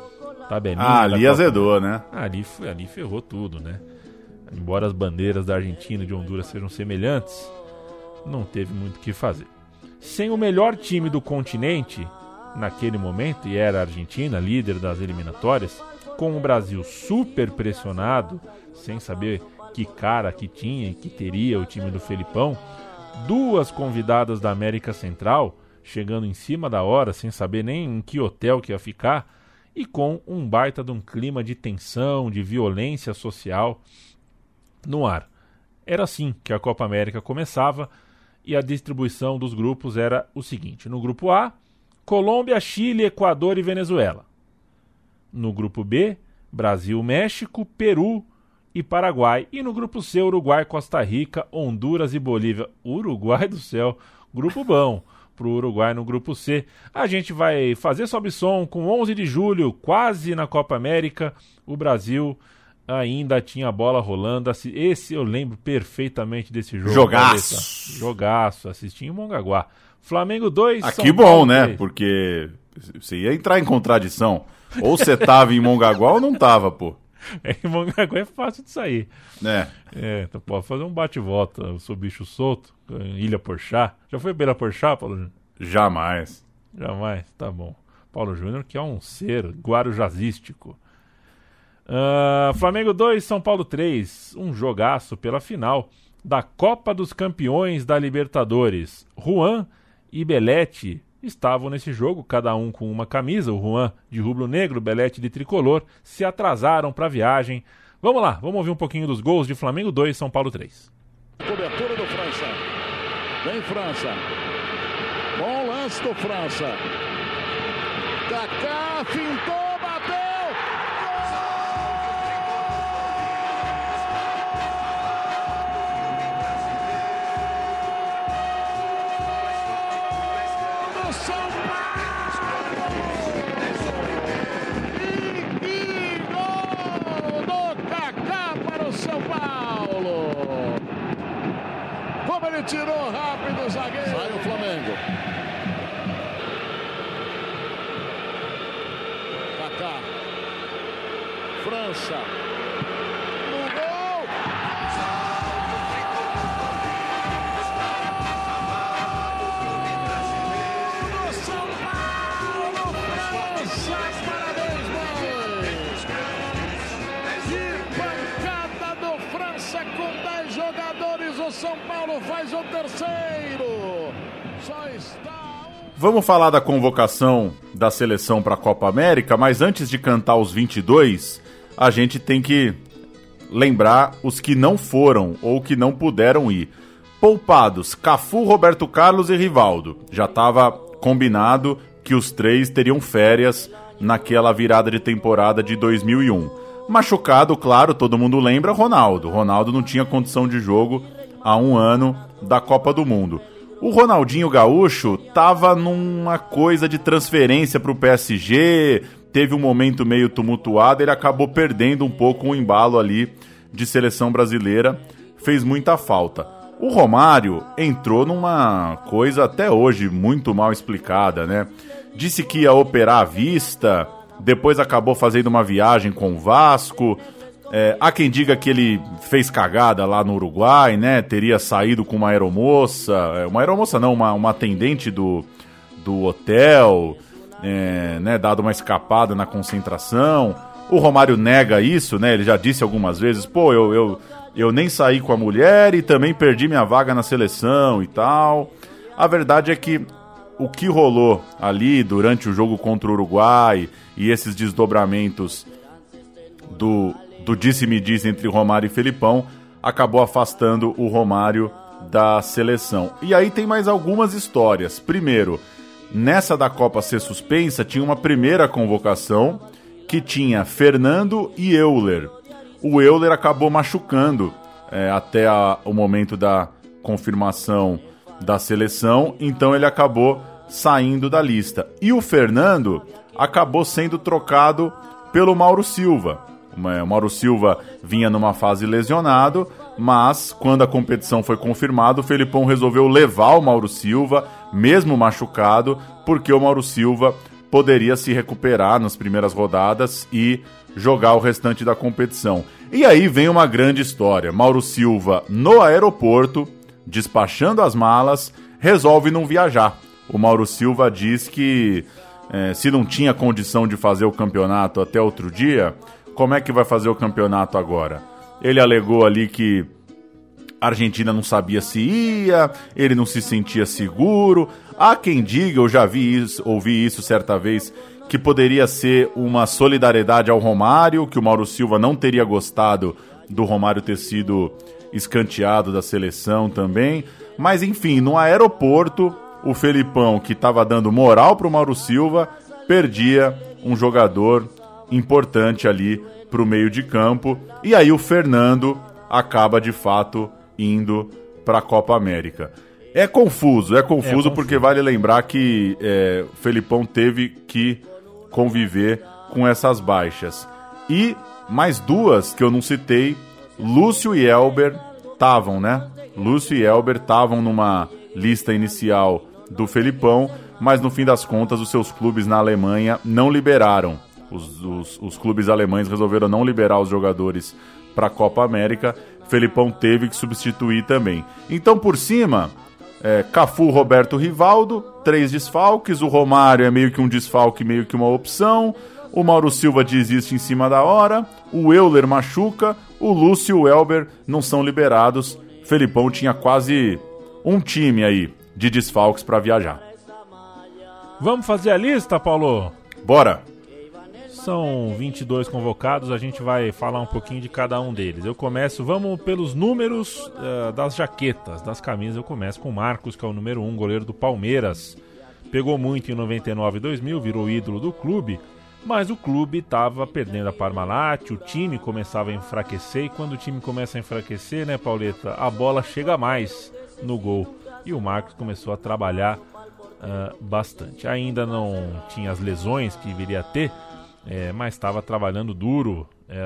C: Ali azedou, né?
B: Ali ferrou tudo, né? Embora as bandeiras da Argentina e de Honduras sejam semelhantes, não teve muito o que fazer. Sem o melhor time do continente, naquele momento, e era a Argentina, líder das eliminatórias, com o Brasil super pressionado, sem saber que cara que tinha e que teria o time do Felipão, duas convidadas da América Central, chegando em cima da hora, sem saber nem em que hotel que ia ficar, e com um baita de um clima de tensão, de violência social no ar. Era assim que a Copa América começava e a distribuição dos grupos era o seguinte. No grupo A, Colômbia, Chile, Equador e Venezuela. No grupo B, Brasil, México, Peru e Paraguai. E no grupo C, Uruguai, Costa Rica, Honduras e Bolívia. Uruguai do céu, grupo bom para o Uruguai no grupo C. A gente vai fazer sobe som com 11 de julho, quase na Copa América. O Brasil ainda tinha a bola rolando. Esse eu lembro perfeitamente desse jogo. Jogaço. Assisti em Mongaguá. Flamengo 2,
C: São Paulo bom, 3. Né? Porque você ia entrar em contradição. Ou você tava em Mongaguá ou não tava, pô.
B: Em Mongaguá é fácil de sair. Então pode fazer um bate-volta. Eu sou bicho solto. Ilha Porchá. Já foi pra Ilha Porchá, Paulo Júnior?
C: Jamais.
B: Tá bom. Paulo Júnior, que é um ser guarujazístico. Flamengo 2, São Paulo 3. Um jogaço pela final da Copa dos Campeões da Libertadores. Juan e Belete estavam nesse jogo, cada um com uma camisa. O Juan de rubro-negro, o Belete de tricolor. Se atrasaram para a viagem. Vamos lá, vamos ouvir um pouquinho dos gols de Flamengo 2, São Paulo 3.
I: Cobertura do França. Vem França. Bom lance do França. Kaká fintou, bateu. Gol! São Paulo! E gol do Kaká para o São Paulo. Como ele tirou rápido o zagueiro. Sai o Flamengo. Kaká. França. No gol. Do São Paulo. França. Parabéns, mãe. Que pancada do França com 10 jogadores. O São Paulo faz o terceiro. Só está...
C: Vamos falar da convocação da seleção para a Copa América, mas antes de cantar os 22, a gente tem que lembrar os que não foram ou que não puderam ir. Poupados, Cafu, Roberto Carlos e Rivaldo. Já estava combinado que os três teriam férias naquela virada de temporada de 2001. Machucado, claro, todo mundo lembra, Ronaldo. Ronaldo não tinha condição de jogo há um ano da Copa do Mundo. O Ronaldinho Gaúcho tava numa coisa de transferência pro PSG, teve um momento meio tumultuado, ele acabou perdendo um pouco o embalo ali de seleção brasileira, fez muita falta. O Romário entrou numa coisa até hoje muito mal explicada, né? Disse que ia operar a vista, depois acabou fazendo uma viagem com o Vasco. Há quem diga que ele fez cagada lá no Uruguai, né? Teria saído com uma aeromoça, uma atendente do hotel, né? Dado uma escapada na concentração. O Romário nega isso, né? Ele já disse algumas vezes, pô, eu nem saí com a mulher e também perdi minha vaga na seleção e tal. A verdade é que o que rolou ali durante o jogo contra o Uruguai e esses desdobramentos do disse-me-diz entre Romário e Felipão acabou afastando o Romário da seleção. E aí tem mais algumas histórias. Primeiro, nessa da Copa ser suspensa, tinha uma primeira convocação que tinha Fernando e Euler. O Euler acabou machucando até o momento da confirmação da seleção, então ele acabou saindo da lista. E o Fernando acabou sendo trocado pelo Mauro Silva. O Mauro Silva vinha numa fase lesionado, mas quando a competição foi confirmada, o Felipão resolveu levar o Mauro Silva, mesmo machucado, porque o Mauro Silva poderia se recuperar nas primeiras rodadas e jogar o restante da competição. E aí vem uma grande história. Mauro Silva, no aeroporto, despachando as malas, resolve não viajar. O Mauro Silva diz que se não tinha condição de fazer o campeonato até outro dia, como é que vai fazer o campeonato agora? Ele alegou ali que a Argentina não sabia se ia, ele não se sentia seguro. Há quem diga, eu já ouvi isso certa vez, que poderia ser uma solidariedade ao Romário, que o Mauro Silva não teria gostado do Romário ter sido escanteado da seleção também. Mas enfim, no aeroporto, o Felipão, que estava dando moral para o Mauro Silva, perdia um jogador importante ali para o meio de campo. E aí o Fernando acaba de fato indo para a Copa América. É confuso porque vale lembrar que o Felipão teve que conviver com essas baixas. E mais duas que eu não citei, Lúcio e Elber estavam, né? Lúcio e Elber estavam numa lista inicial do Felipão, mas no fim das contas os seus clubes na Alemanha não liberaram. Os clubes alemães resolveram não liberar os jogadores para a Copa América. Felipão teve que substituir também. Então, por cima, Cafu, Roberto, Rivaldo, 3 desfalques. O Romário é meio que um desfalque, meio que uma opção. O Mauro Silva desiste em cima da hora. O Euler machuca. O Lúcio e o Elber não são liberados. Felipão tinha quase um time aí de desfalques para viajar.
B: Vamos fazer a lista, Paulo?
C: Bora!
B: São 22 convocados, a gente vai falar um pouquinho de cada um deles. Vamos pelos números das jaquetas, das camisas. Eu começo com o Marcos, que é o número 1, goleiro do Palmeiras. Pegou muito em 99 e 2000, virou ídolo do clube, mas o clube estava perdendo a Parmalat, o time começava a enfraquecer, e quando o time começa a enfraquecer, né, Pauleta, a bola chega mais no gol. E o Marcos começou a trabalhar bastante. Ainda não tinha as lesões que viria a ter, mas estava trabalhando duro,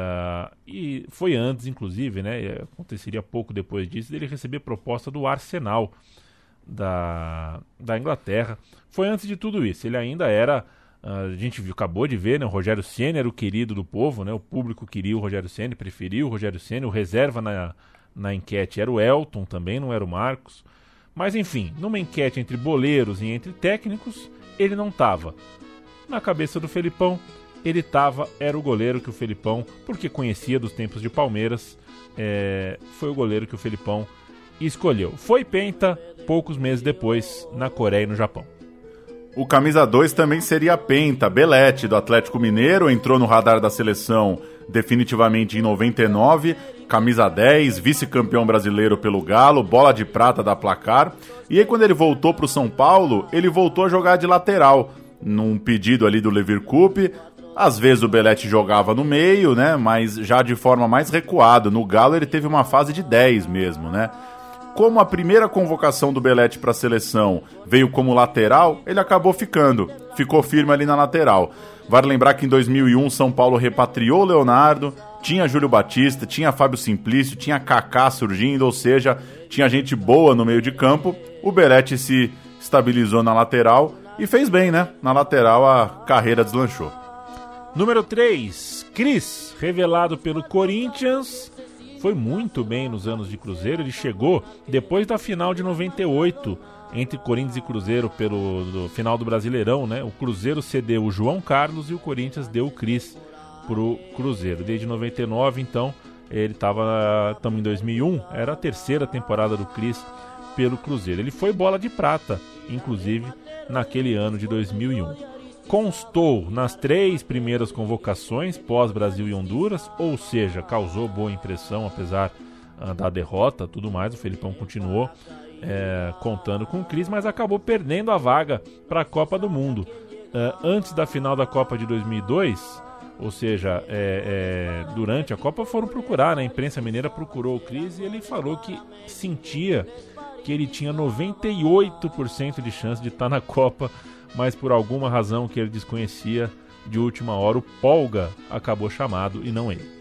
B: e foi antes, inclusive, né, aconteceria pouco depois disso, dele receber proposta do Arsenal da Inglaterra. Foi antes de tudo isso, ele ainda era, a gente acabou de ver, né, o Rogério Ceni era o querido do povo, né, o público queria o Rogério Ceni, preferiu o Rogério Ceni, o reserva na enquete era o Elton também, não era o Marcos. Mas enfim, numa enquete entre boleiros e entre técnicos, ele não estava. Na cabeça do Felipão, ele estava, era o goleiro que o Felipão, porque conhecia dos tempos de Palmeiras, foi o goleiro que o Felipão escolheu. Foi penta poucos meses depois, na Coreia e no Japão.
C: O camisa 2 também seria penta, Belete, do Atlético Mineiro, entrou no radar da seleção definitivamente em 99, camisa 10, vice-campeão brasileiro pelo Galo, bola de prata da Placar. E aí quando ele voltou para o São Paulo, ele voltou a jogar de lateral, num pedido ali do Leverkusen. Às vezes o Belete jogava no meio, né, mas já de forma mais recuada. No Galo ele teve uma fase de 10 mesmo, né. Como a primeira convocação do Belete para a seleção veio como lateral, ele acabou ficou firme ali na lateral. Vale lembrar que em 2001 São Paulo repatriou o Leonardo, tinha Júlio Batista, tinha Fábio Simplício, tinha Kaká surgindo, ou seja, tinha gente boa no meio de campo. O Belete se estabilizou na lateral e fez bem, né? Na lateral a carreira deslanchou.
B: Número 3, Cris, revelado pelo Corinthians, foi muito bem nos anos de Cruzeiro. Ele chegou depois da final de 98 entre Corinthians e Cruzeiro do final do Brasileirão, né? O Cruzeiro cedeu o João Carlos e o Corinthians deu o Cris pro Cruzeiro. Desde 99, então, estamos em 2001, era a terceira temporada do Cris pelo Cruzeiro. Ele foi bola de prata, inclusive, naquele ano de 2001. Constou nas 3 primeiras convocações pós-Brasil e Honduras, ou seja, causou boa impressão apesar da derrota, tudo mais. O Felipão continuou contando com o Cris, mas acabou perdendo a vaga para a Copa do Mundo. Antes da final da Copa de 2002, ou seja, durante a Copa foram procurar, né? A imprensa mineira procurou o Cris e ele falou que sentia que ele tinha 98% de chance de estar na Copa, mas por alguma razão que ele desconhecia, de última hora o Polga acabou chamado e não ele.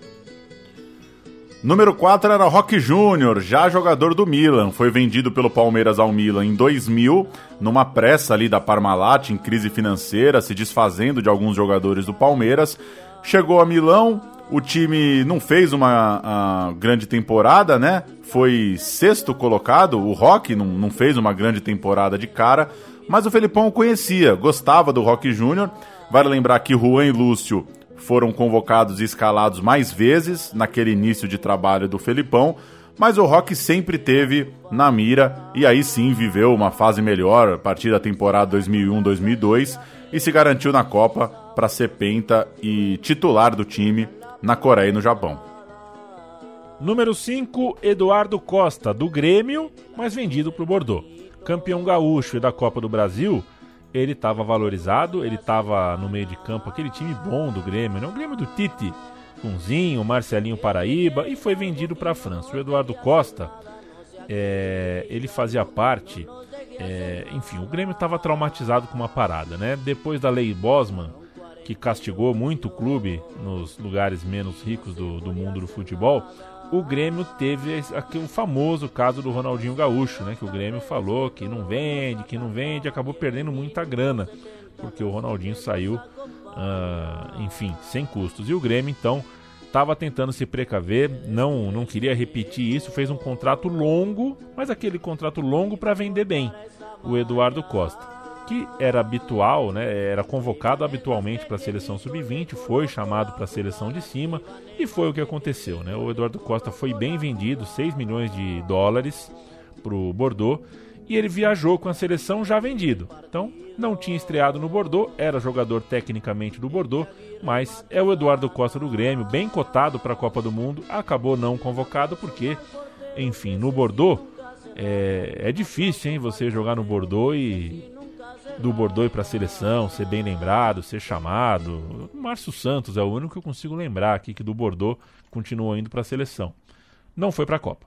C: Número 4 era Roque Júnior, já jogador do Milan. Foi vendido pelo Palmeiras ao Milan em 2000, numa pressa ali da Parmalat, em crise financeira, se desfazendo de alguns jogadores do Palmeiras. Chegou a Milão, o time não fez uma grande temporada, né? Foi sexto colocado, o Roque não fez uma grande temporada de cara, mas o Felipão o conhecia, gostava do Roque Júnior. Vale lembrar que Juan e Lúcio foram convocados e escalados mais vezes naquele início de trabalho do Felipão, mas o Roque sempre teve na mira e aí sim viveu uma fase melhor a partir da temporada 2001-2002 e se garantiu na Copa para ser penta e titular do time na Coreia e no Japão.
B: Número 5, Eduardo Costa, do Grêmio, mas vendido para o Bordeaux. Campeão gaúcho e da Copa do Brasil, ele estava valorizado, ele estava no meio de campo, aquele time bom do Grêmio, né? O Grêmio do Tite, com Zinho, Marcelinho Paraíba, e foi vendido para a França. O Eduardo Costa, ele fazia parte, enfim, o Grêmio estava traumatizado com uma parada, né? Depois da Lei Bosman, que castigou muito o clube nos lugares menos ricos do mundo do futebol, o Grêmio teve o famoso caso do Ronaldinho Gaúcho, né? Que o Grêmio falou que não vende, acabou perdendo muita grana, porque o Ronaldinho saiu, enfim, sem custos. E o Grêmio, então, estava tentando se precaver, não queria repetir isso, fez um contrato longo, mas aquele contrato longo para vender bem, o Eduardo Costa, que era habitual, né, era convocado habitualmente para a seleção sub-20, foi chamado para a seleção de cima e foi o que aconteceu, né? O Eduardo Costa foi bem vendido, 6 milhões de dólares para o Bordeaux, e ele viajou com a seleção já vendido. Então não tinha estreado no Bordeaux, era jogador tecnicamente do Bordeaux, mas é o Eduardo Costa do Grêmio, bem cotado para a Copa do Mundo, acabou não convocado porque, enfim, no Bordeaux é difícil, hein, você jogar no Bordeaux e do Bordeaux ir para a seleção, ser bem lembrado, ser chamado. O Márcio Santos é o único que eu consigo lembrar aqui que do Bordeaux continuou indo para a seleção. Não foi para a Copa.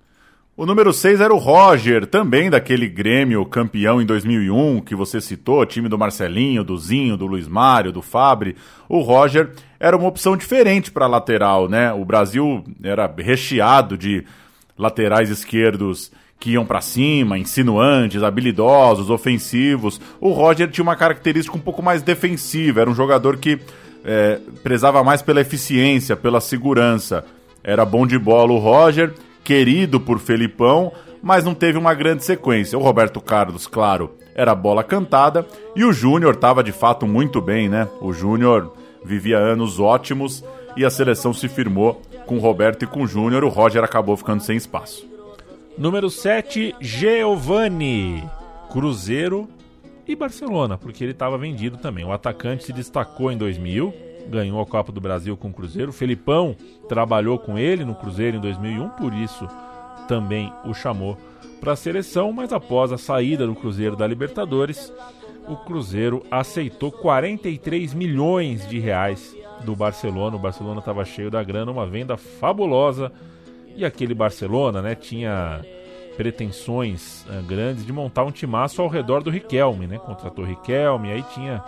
C: O número 6 era o Roger, também daquele Grêmio campeão em 2001, que você citou, time do Marcelinho, do Zinho, do Luiz Mário, do Fabri. O Roger era uma opção diferente para lateral, né? O Brasil era recheado de laterais esquerdos que iam para cima, insinuantes, habilidosos, ofensivos. O Roger tinha uma característica um pouco mais defensiva, era um jogador que prezava mais pela eficiência, pela segurança. Era bom de bola o Roger, querido por Felipão, mas não teve uma grande sequência. O Roberto Carlos, claro, era bola cantada, e o Júnior estava de fato muito bem, né? O Júnior vivia anos ótimos e a seleção se firmou com o Roberto e com o Júnior. O Roger acabou ficando sem espaço.
B: Número 7, Giovani, Cruzeiro e Barcelona, porque ele estava vendido também. O atacante se destacou em 2000, ganhou a Copa do Brasil com o Cruzeiro. O Felipão trabalhou com ele no Cruzeiro em 2001, por isso também o chamou para a seleção, mas após a saída do Cruzeiro da Libertadores, o Cruzeiro aceitou 43 milhões de reais do Barcelona. O Barcelona estava cheio da grana, uma venda fabulosa. E aquele Barcelona, né, tinha pretensões grandes de montar um timaço ao redor do Riquelme, né? Contratou o Riquelme, aí tinha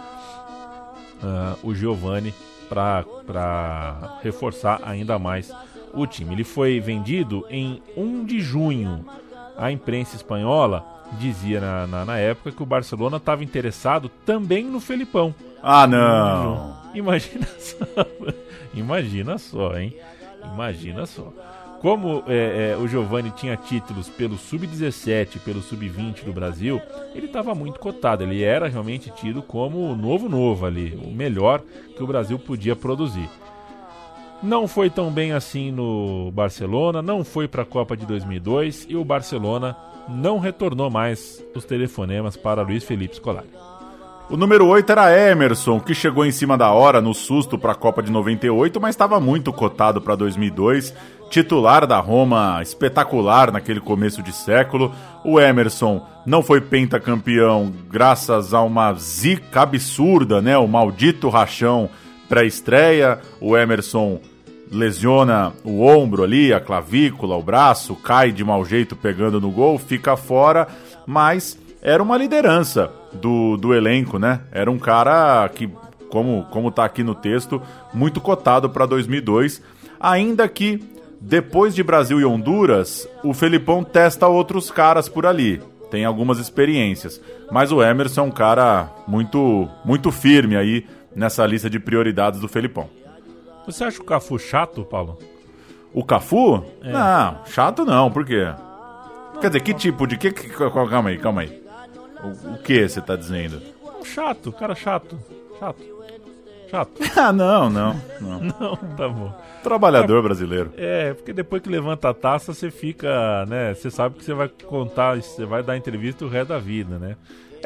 B: o Giovani para reforçar ainda mais o time. Ele foi vendido em 1 de junho. A imprensa espanhola dizia na época que o Barcelona estava interessado também no Felipão.
C: Ah, não!
B: Imagina só, hein? Imagina só. Como o Giovani tinha títulos pelo Sub-17 e pelo Sub-20 do Brasil, ele estava muito cotado. Ele era realmente tido como o novo ali, o melhor que o Brasil podia produzir. Não foi tão bem assim no Barcelona, não foi para a Copa de 2002 e o Barcelona não retornou mais os telefonemas para Luiz Felipe Scolari.
C: O número 8 era Emerson, que chegou em cima da hora no susto para a Copa de 98, mas estava muito cotado para 2002, titular da Roma, espetacular naquele começo de século. O Emerson não foi pentacampeão graças a uma zica absurda, né? O maldito rachão pré-estreia. O Emerson lesiona o ombro ali, a clavícula, o braço, cai de mau jeito pegando no gol, fica fora, mas era uma liderança do elenco, né? Era um cara que, como tá aqui no texto, muito cotado para 2002, ainda que depois de Brasil e Honduras, o Felipão testa outros caras por ali, tem algumas experiências, mas o Emerson é um cara muito, muito firme aí nessa lista de prioridades do Felipão.
B: Você acha o Cafu chato, Paulo?
C: O Cafu? É. Não, chato não, por quê? Quer dizer, que tipo de... Calma aí. O que você tá dizendo?
B: Chato, cara chato.
C: Ah, não.
B: Não, tá bom.
C: Trabalhador brasileiro.
B: Porque depois que levanta a taça, você fica, né? Você sabe que você vai contar, você vai dar entrevista o resto da vida, né?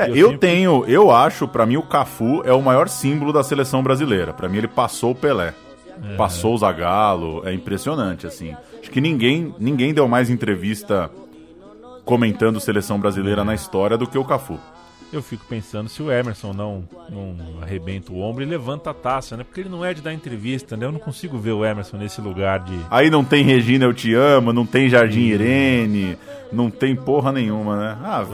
C: Eu acho, pra mim, o Cafu é o maior símbolo da seleção brasileira. Pra mim, ele passou o Pelé. Passou o Zagallo, é impressionante, assim. Acho que ninguém deu mais entrevista comentando seleção brasileira na história do que o Cafu.
B: Eu fico pensando, se o Emerson não arrebenta o ombro e levanta a taça, né? Porque ele não é de dar entrevista, né? Eu não consigo ver o Emerson nesse lugar de...
C: Aí não tem Regina Eu Te Amo, não tem Jardim Irene, não tem porra nenhuma, né?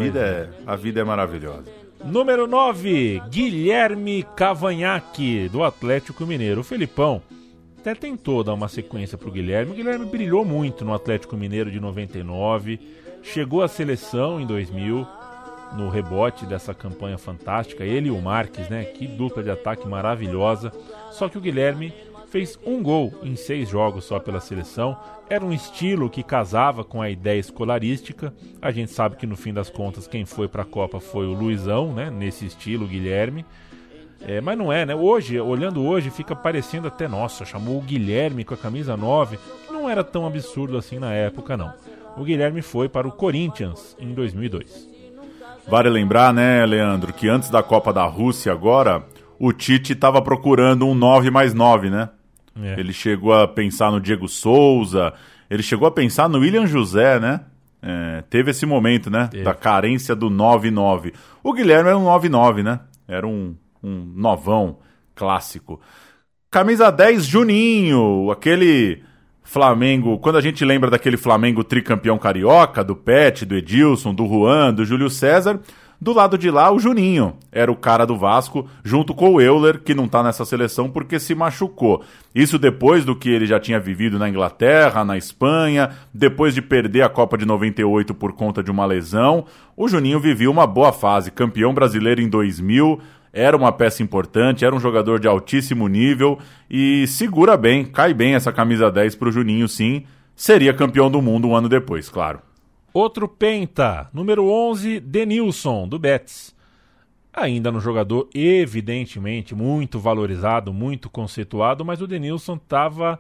C: A vida é maravilhosa.
B: Número 9, Guilherme Cavanhaque, do Atlético Mineiro. O Felipão até tentou dar uma sequência pro Guilherme. O Guilherme brilhou muito no Atlético Mineiro de 99, chegou à seleção em 2000, no rebote dessa campanha fantástica, ele e o Marques, né? Que dupla de ataque maravilhosa. Só que o Guilherme fez um gol em 6 jogos só pela seleção. Era um estilo que casava com a ideia escolarística. A gente sabe que no fim das contas quem foi para a Copa foi o Luizão, né? Nesse estilo, o Guilherme. Mas não é, né? Hoje, olhando hoje, fica parecendo até, nossa, chamou o Guilherme com a camisa 9. Não era tão absurdo assim na época, não. O Guilherme foi para o Corinthians em 2002.
C: Vale lembrar, né, Leandro, que antes da Copa da Rússia agora, o Tite estava procurando um 9 mais 9, né? Ele chegou a pensar no Diego Souza, ele chegou a pensar no William José, né? Teve esse momento, né? Da carência do 9-9. O Guilherme era um 9-9, né? Era um novão clássico. Camisa 10, Juninho, aquele Flamengo, quando a gente lembra daquele Flamengo tricampeão carioca, do Pet, do Edilson, do Juan, do Júlio César, do lado de lá o Juninho era o cara do Vasco, junto com o Euler, que não tá nessa seleção porque se machucou. Isso depois do que ele já tinha vivido na Inglaterra, na Espanha, depois de perder a Copa de 98 por conta de uma lesão. O Juninho vivia uma boa fase, campeão brasileiro em 2000, era uma peça importante, era um jogador de altíssimo nível e segura bem, cai bem essa camisa 10 pro Juninho, sim. Seria campeão do mundo um ano depois, claro.
B: Outro penta, número 11, Denilson, do Betis. Ainda um jogador evidentemente muito valorizado, muito conceituado, mas o Denilson estava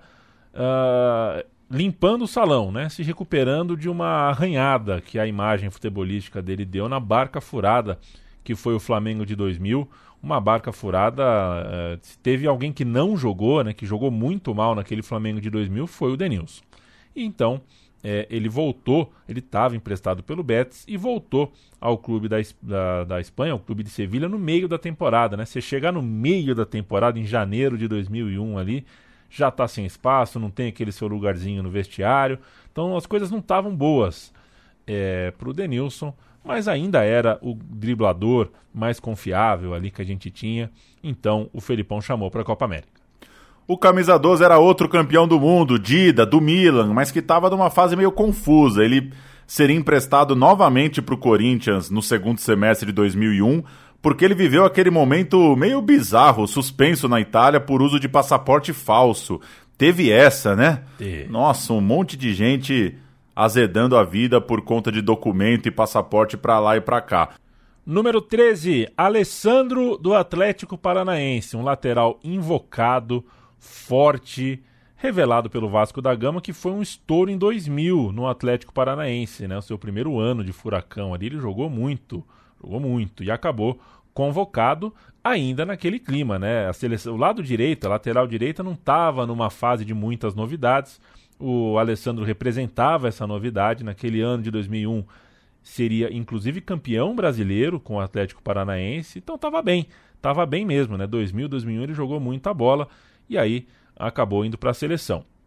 B: limpando o salão, né? Se recuperando de uma arranhada que a imagem futebolística dele deu na barca furada, que foi o Flamengo de 2000. Uma barca furada, teve alguém que não jogou, né, que jogou muito mal naquele Flamengo de 2000, foi o Denilson. E então, ele voltou, ele estava emprestado pelo Betis e voltou ao clube da Espanha, ao clube de Sevilha, no meio da temporada, né? Você chegar no meio da temporada, em janeiro de 2001 ali, já está sem espaço, não tem aquele seu lugarzinho no vestiário, então as coisas não estavam boas para o Denilson, mas ainda era o driblador mais confiável ali que a gente tinha, então o Felipão chamou para a Copa América.
C: O camisa 12 era outro campeão do mundo, Dida, do Milan, mas que estava numa fase meio confusa. Ele seria emprestado novamente para o Corinthians no segundo semestre de 2001, porque ele viveu aquele momento meio bizarro, suspenso na Itália por uso de passaporte falso. Teve essa, né? Nossa, um monte de gente azedando a vida por conta de documento e passaporte para lá e para cá.
B: Número 13, Alessandro, do Atlético Paranaense, um lateral invocado, forte, revelado pelo Vasco da Gama, que foi um estouro em 2000 no Atlético Paranaense, né? O seu primeiro ano de furacão ali, ele jogou muito e acabou convocado ainda naquele clima, né? A seleção, o lado direito, a lateral direita, não estava numa fase de muitas novidades. O Alessandro representava essa novidade. Naquele ano de 2001 seria inclusive campeão brasileiro com o Atlético Paranaense, então estava bem mesmo, né? 2000, 2001 ele jogou muita bola e aí acabou indo para a seleção.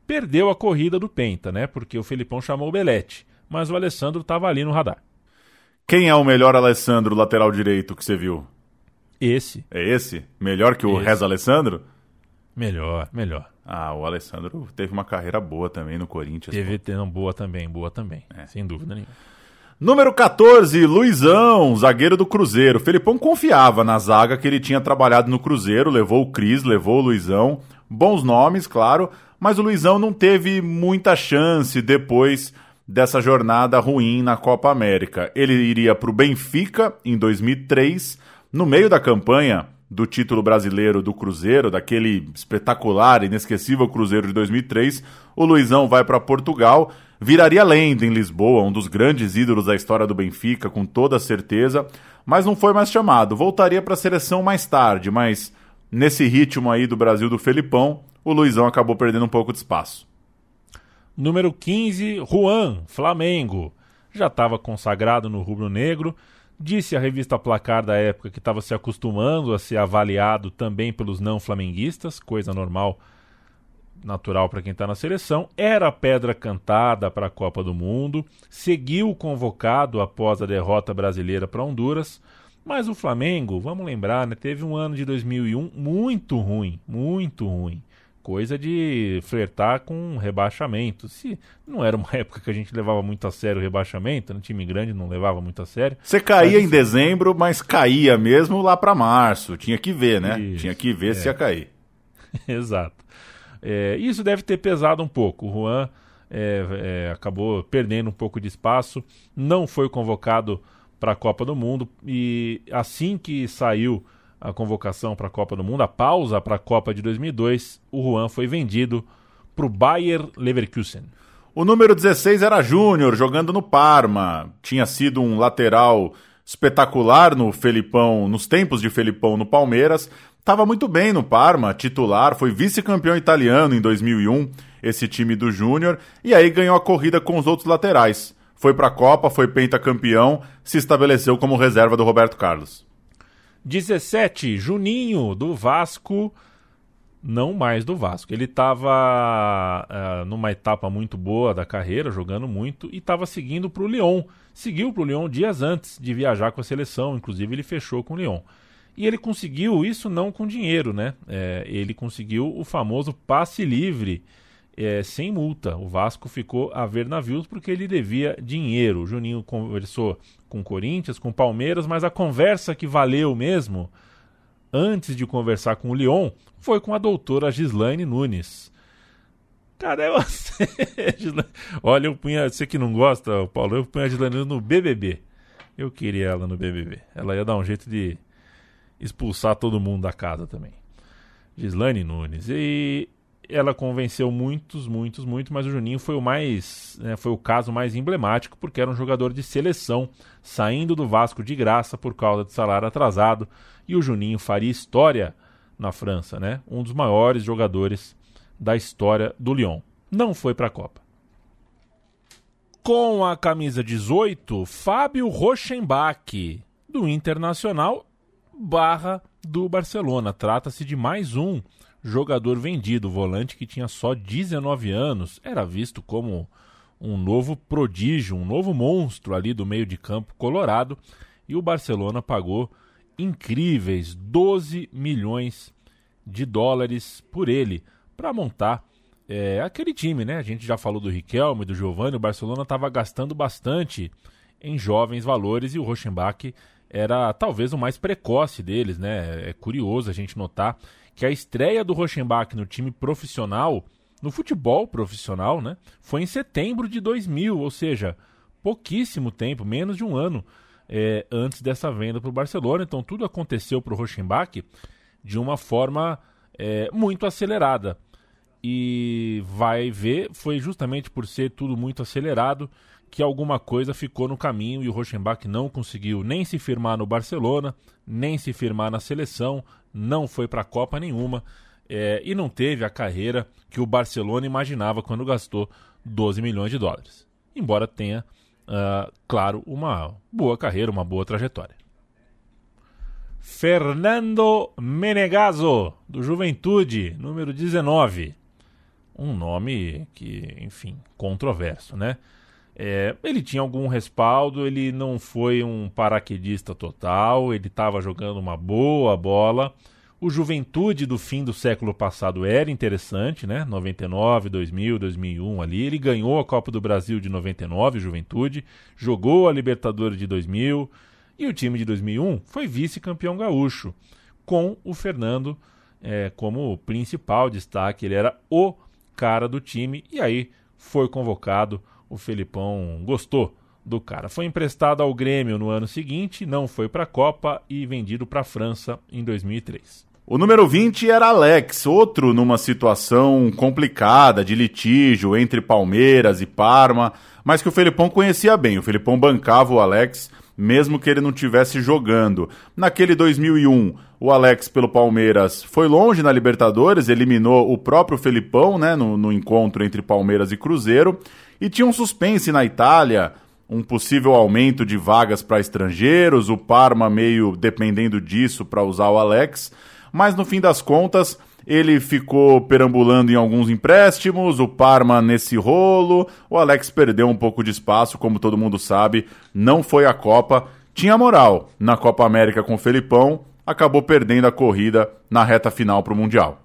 B: Perdeu a corrida do Penta, né? Porque o Felipão chamou o Belletti, mas o Alessandro estava ali no radar.
C: Quem é o melhor Alessandro lateral direito que você viu?
B: Esse.
C: É esse? Melhor que o Reza Alessandro?
B: Melhor.
C: Ah, o Alessandro teve uma carreira boa também no Corinthians.
B: Boa também, sem dúvida nenhuma.
C: Número 14, Luizão, zagueiro do Cruzeiro. Felipão confiava na zaga que ele tinha trabalhado no Cruzeiro, levou o Cris, levou o Luizão. Bons nomes, claro, mas o Luizão não teve muita chance depois dessa jornada ruim na Copa América. Ele iria para o Benfica em 2003, no meio da campanha do título brasileiro do Cruzeiro, daquele espetacular, inesquecível Cruzeiro de 2003, o Luizão vai para Portugal, viraria lenda em Lisboa, um dos grandes ídolos da história do Benfica, com toda certeza, mas não foi mais chamado. Voltaria para a seleção mais tarde, mas nesse ritmo aí do Brasil do Felipão, o Luizão acabou perdendo um pouco de espaço.
B: Número 15, Juan, Flamengo. Já estava consagrado no rubro-negro. Disse a revista Placar da época que estava se acostumando a ser avaliado também pelos não flamenguistas, coisa normal, natural para quem está na seleção. Era a pedra cantada para a Copa do Mundo, seguiu convocado após a derrota brasileira para Honduras, mas o Flamengo, vamos lembrar, né, teve um ano de 2001 muito ruim, coisa de flertar com rebaixamento. Se não era uma época que a gente levava muito a sério o rebaixamento, um time grande não levava muito a sério.
C: Você caía em dezembro, mas caía mesmo lá para março. Tinha que ver, né?
B: Isso,
C: tinha que ver se ia cair.
B: Exato. Isso deve ter pesado um pouco. O Juan acabou perdendo um pouco de espaço, não foi convocado para a Copa do Mundo e assim que saiu a convocação para a Copa do Mundo, a pausa para a Copa de 2002, o Juan foi vendido para o Bayer Leverkusen.
C: O número 16 era Júnior, jogando no Parma. Tinha sido um lateral espetacular no Felipão, nos tempos de Felipão no Palmeiras. Estava muito bem no Parma, titular, foi vice-campeão italiano em 2001, esse time do Júnior, e aí ganhou a corrida com os outros laterais. Foi para a Copa, foi pentacampeão, se estabeleceu como reserva do Roberto Carlos.
B: 17, Juninho, do Vasco, não mais do Vasco. Ele estava numa etapa muito boa da carreira, jogando muito, e estava seguindo para o Lyon. Seguiu para o Lyon dias antes de viajar com a seleção, inclusive ele fechou com o Lyon. E ele conseguiu isso não com dinheiro, né? Ele conseguiu o famoso passe livre, sem multa. O Vasco ficou a ver navios porque ele devia dinheiro. O Juninho conversou com o Corinthians, com o Palmeiras, mas a conversa que valeu mesmo, antes de conversar com o Lyon, foi com a doutora Gislaine Nunes. Cadê você? Olha, eu punha, você que não gosta, Paulo, eu punha a Gislaine Nunes no BBB. Eu queria ela no BBB. Ela ia dar um jeito de expulsar todo mundo da casa também. Gislaine Nunes. E ela convenceu muitos, mas o Juninho foi foi o caso mais emblemático, porque era um jogador de seleção, saindo do Vasco de graça por causa de salário atrasado, e o Juninho faria história na França, né? Um dos maiores jogadores da história do Lyon. Não foi para a Copa. Com a camisa 18, Fábio Rochenbach, do Internacional / do Barcelona. Trata-se de mais um jogador vendido, volante que tinha só 19 anos, era visto como um novo prodígio, um novo monstro ali do meio de campo colorado, e o Barcelona pagou incríveis 12 milhões de dólares por ele, para montar aquele time, né? A gente já falou do Riquelme, do Giovani, o Barcelona estava gastando bastante em jovens valores e o Rochenbach era talvez o mais precoce deles, né? É curioso a gente notar que a estreia do Rochenbach no time profissional, no futebol profissional, né, foi em setembro de 2000, ou seja, pouquíssimo tempo, menos de um ano antes dessa venda para o Barcelona. Então tudo aconteceu para o Rochenbach de uma forma muito acelerada. E vai ver, foi justamente por ser tudo muito acelerado que alguma coisa ficou no caminho e o Rochenbach não conseguiu nem se firmar no Barcelona, nem se firmar na seleção, não foi para a Copa nenhuma e não teve a carreira que o Barcelona imaginava quando gastou 12 milhões de dólares. Embora tenha, claro, uma boa carreira, uma boa trajetória. Fernando Menegaso, do Juventude, número 19. um nome que, enfim, controverso, né? Ele tinha algum respaldo, ele não foi um paraquedista total, ele estava jogando uma boa bola. O Juventude do fim do século passado era interessante, né? 99, 2000, 2001 ali. Ele ganhou a Copa do Brasil de 99, o Juventude, jogou a Libertadores de 2000 e o time de 2001 foi vice-campeão gaúcho, com o Fernando como principal destaque. Ele era o cara do time e aí foi convocado. O Felipão gostou do cara. Foi emprestado ao Grêmio no ano seguinte, não foi para a Copa e vendido para a França em 2003.
C: O número 20 era Alex, outro numa situação complicada, de litígio entre Palmeiras e Parma, mas que o Felipão conhecia bem. O Felipão bancava o Alex, mesmo que ele não estivesse jogando. Naquele 2001, o Alex pelo Palmeiras foi longe na Libertadores, eliminou o próprio Felipão, né, no encontro entre Palmeiras e Cruzeiro, e tinha um suspense na Itália, um possível aumento de vagas para estrangeiros, o Parma meio dependendo disso para usar o Alex, mas no fim das contas ele ficou perambulando em alguns empréstimos, o Parma nesse rolo, o Alex perdeu um pouco de espaço, como todo mundo sabe, não foi à Copa, tinha moral na Copa América com o Felipão, acabou perdendo a corrida na reta final para o Mundial.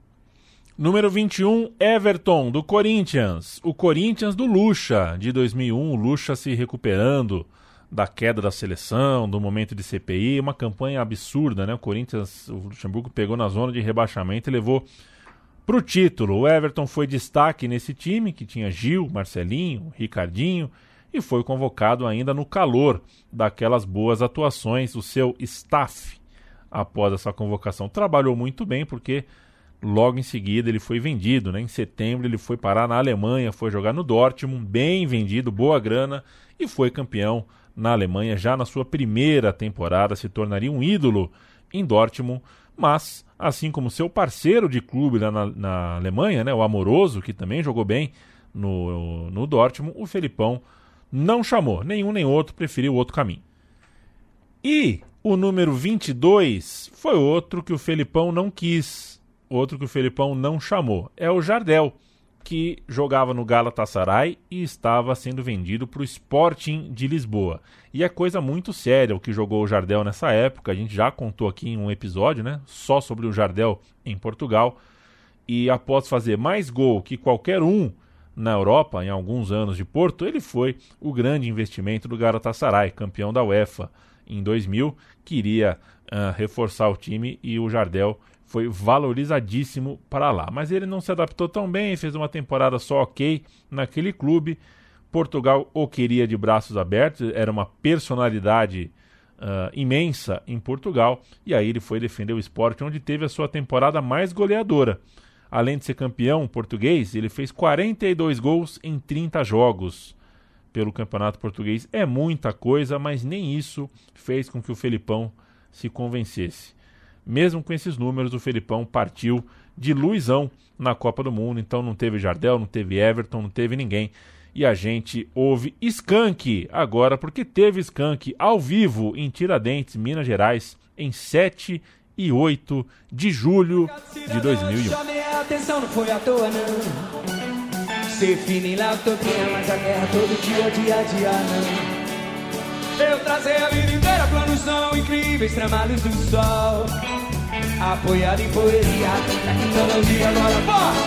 B: Número 21, Everton, do Corinthians. O Corinthians do Lucha, de 2001, o Lucha se recuperando da queda da seleção, do momento de CPI, uma campanha absurda, né? O Corinthians, o Luxemburgo pegou na zona de rebaixamento e levou pro título. O Everton foi destaque nesse time, que tinha Gil, Marcelinho, Ricardinho, e foi convocado ainda no calor daquelas boas atuações. O seu staff, após essa convocação, trabalhou muito bem, porque logo em seguida ele foi vendido, né? Em setembro ele foi parar na Alemanha, foi jogar no Dortmund, bem vendido, boa grana, e foi campeão na Alemanha já na sua primeira temporada, se tornaria um ídolo em Dortmund, mas, assim como seu parceiro de clube lá na Alemanha, né, o Amoroso, que também jogou bem no Dortmund, o Felipão não chamou, nenhum nem outro, preferiu outro caminho. E o número 22 foi outro que o Felipão não quis, outro que o Felipão não chamou, é o Jardel, que jogava no Galatasaray e estava sendo vendido para o Sporting de Lisboa. E é coisa muito séria o que jogou o Jardel nessa época, a gente já contou aqui em um episódio, né, só sobre o Jardel em Portugal, e após fazer mais gol que qualquer um na Europa, em alguns anos de Porto, ele foi o grande investimento do Galatasaray, campeão da UEFA em 2000, queria reforçar o time e o Jardel foi valorizadíssimo para lá. Mas ele não se adaptou tão bem, fez uma temporada só ok naquele clube. Portugal o queria de braços abertos, era uma personalidade imensa em Portugal, e aí ele foi defender o Sport, onde teve a sua temporada mais goleadora. Além de ser campeão português, ele fez 42 gols em 30 jogos pelo Campeonato Português. É muita coisa, mas nem isso fez com que o Felipão se convencesse. Mesmo com esses números, o Felipão partiu de Luizão na Copa do Mundo, então não teve Jardel, não teve Everton, não teve ninguém. E a gente ouve Skank agora, porque teve Skank ao vivo em Tiradentes, Minas Gerais, em 7 e 8 de julho de 2001.
J: Chamei a atenção, não foi à toa não. Ser fino lá eu toquei, mas a guerra todo dia a dia não. Eu trazei a vida inteira, planos são incríveis, tramalhos do sol. Apoiado em poesia, tecnologia agora, bora!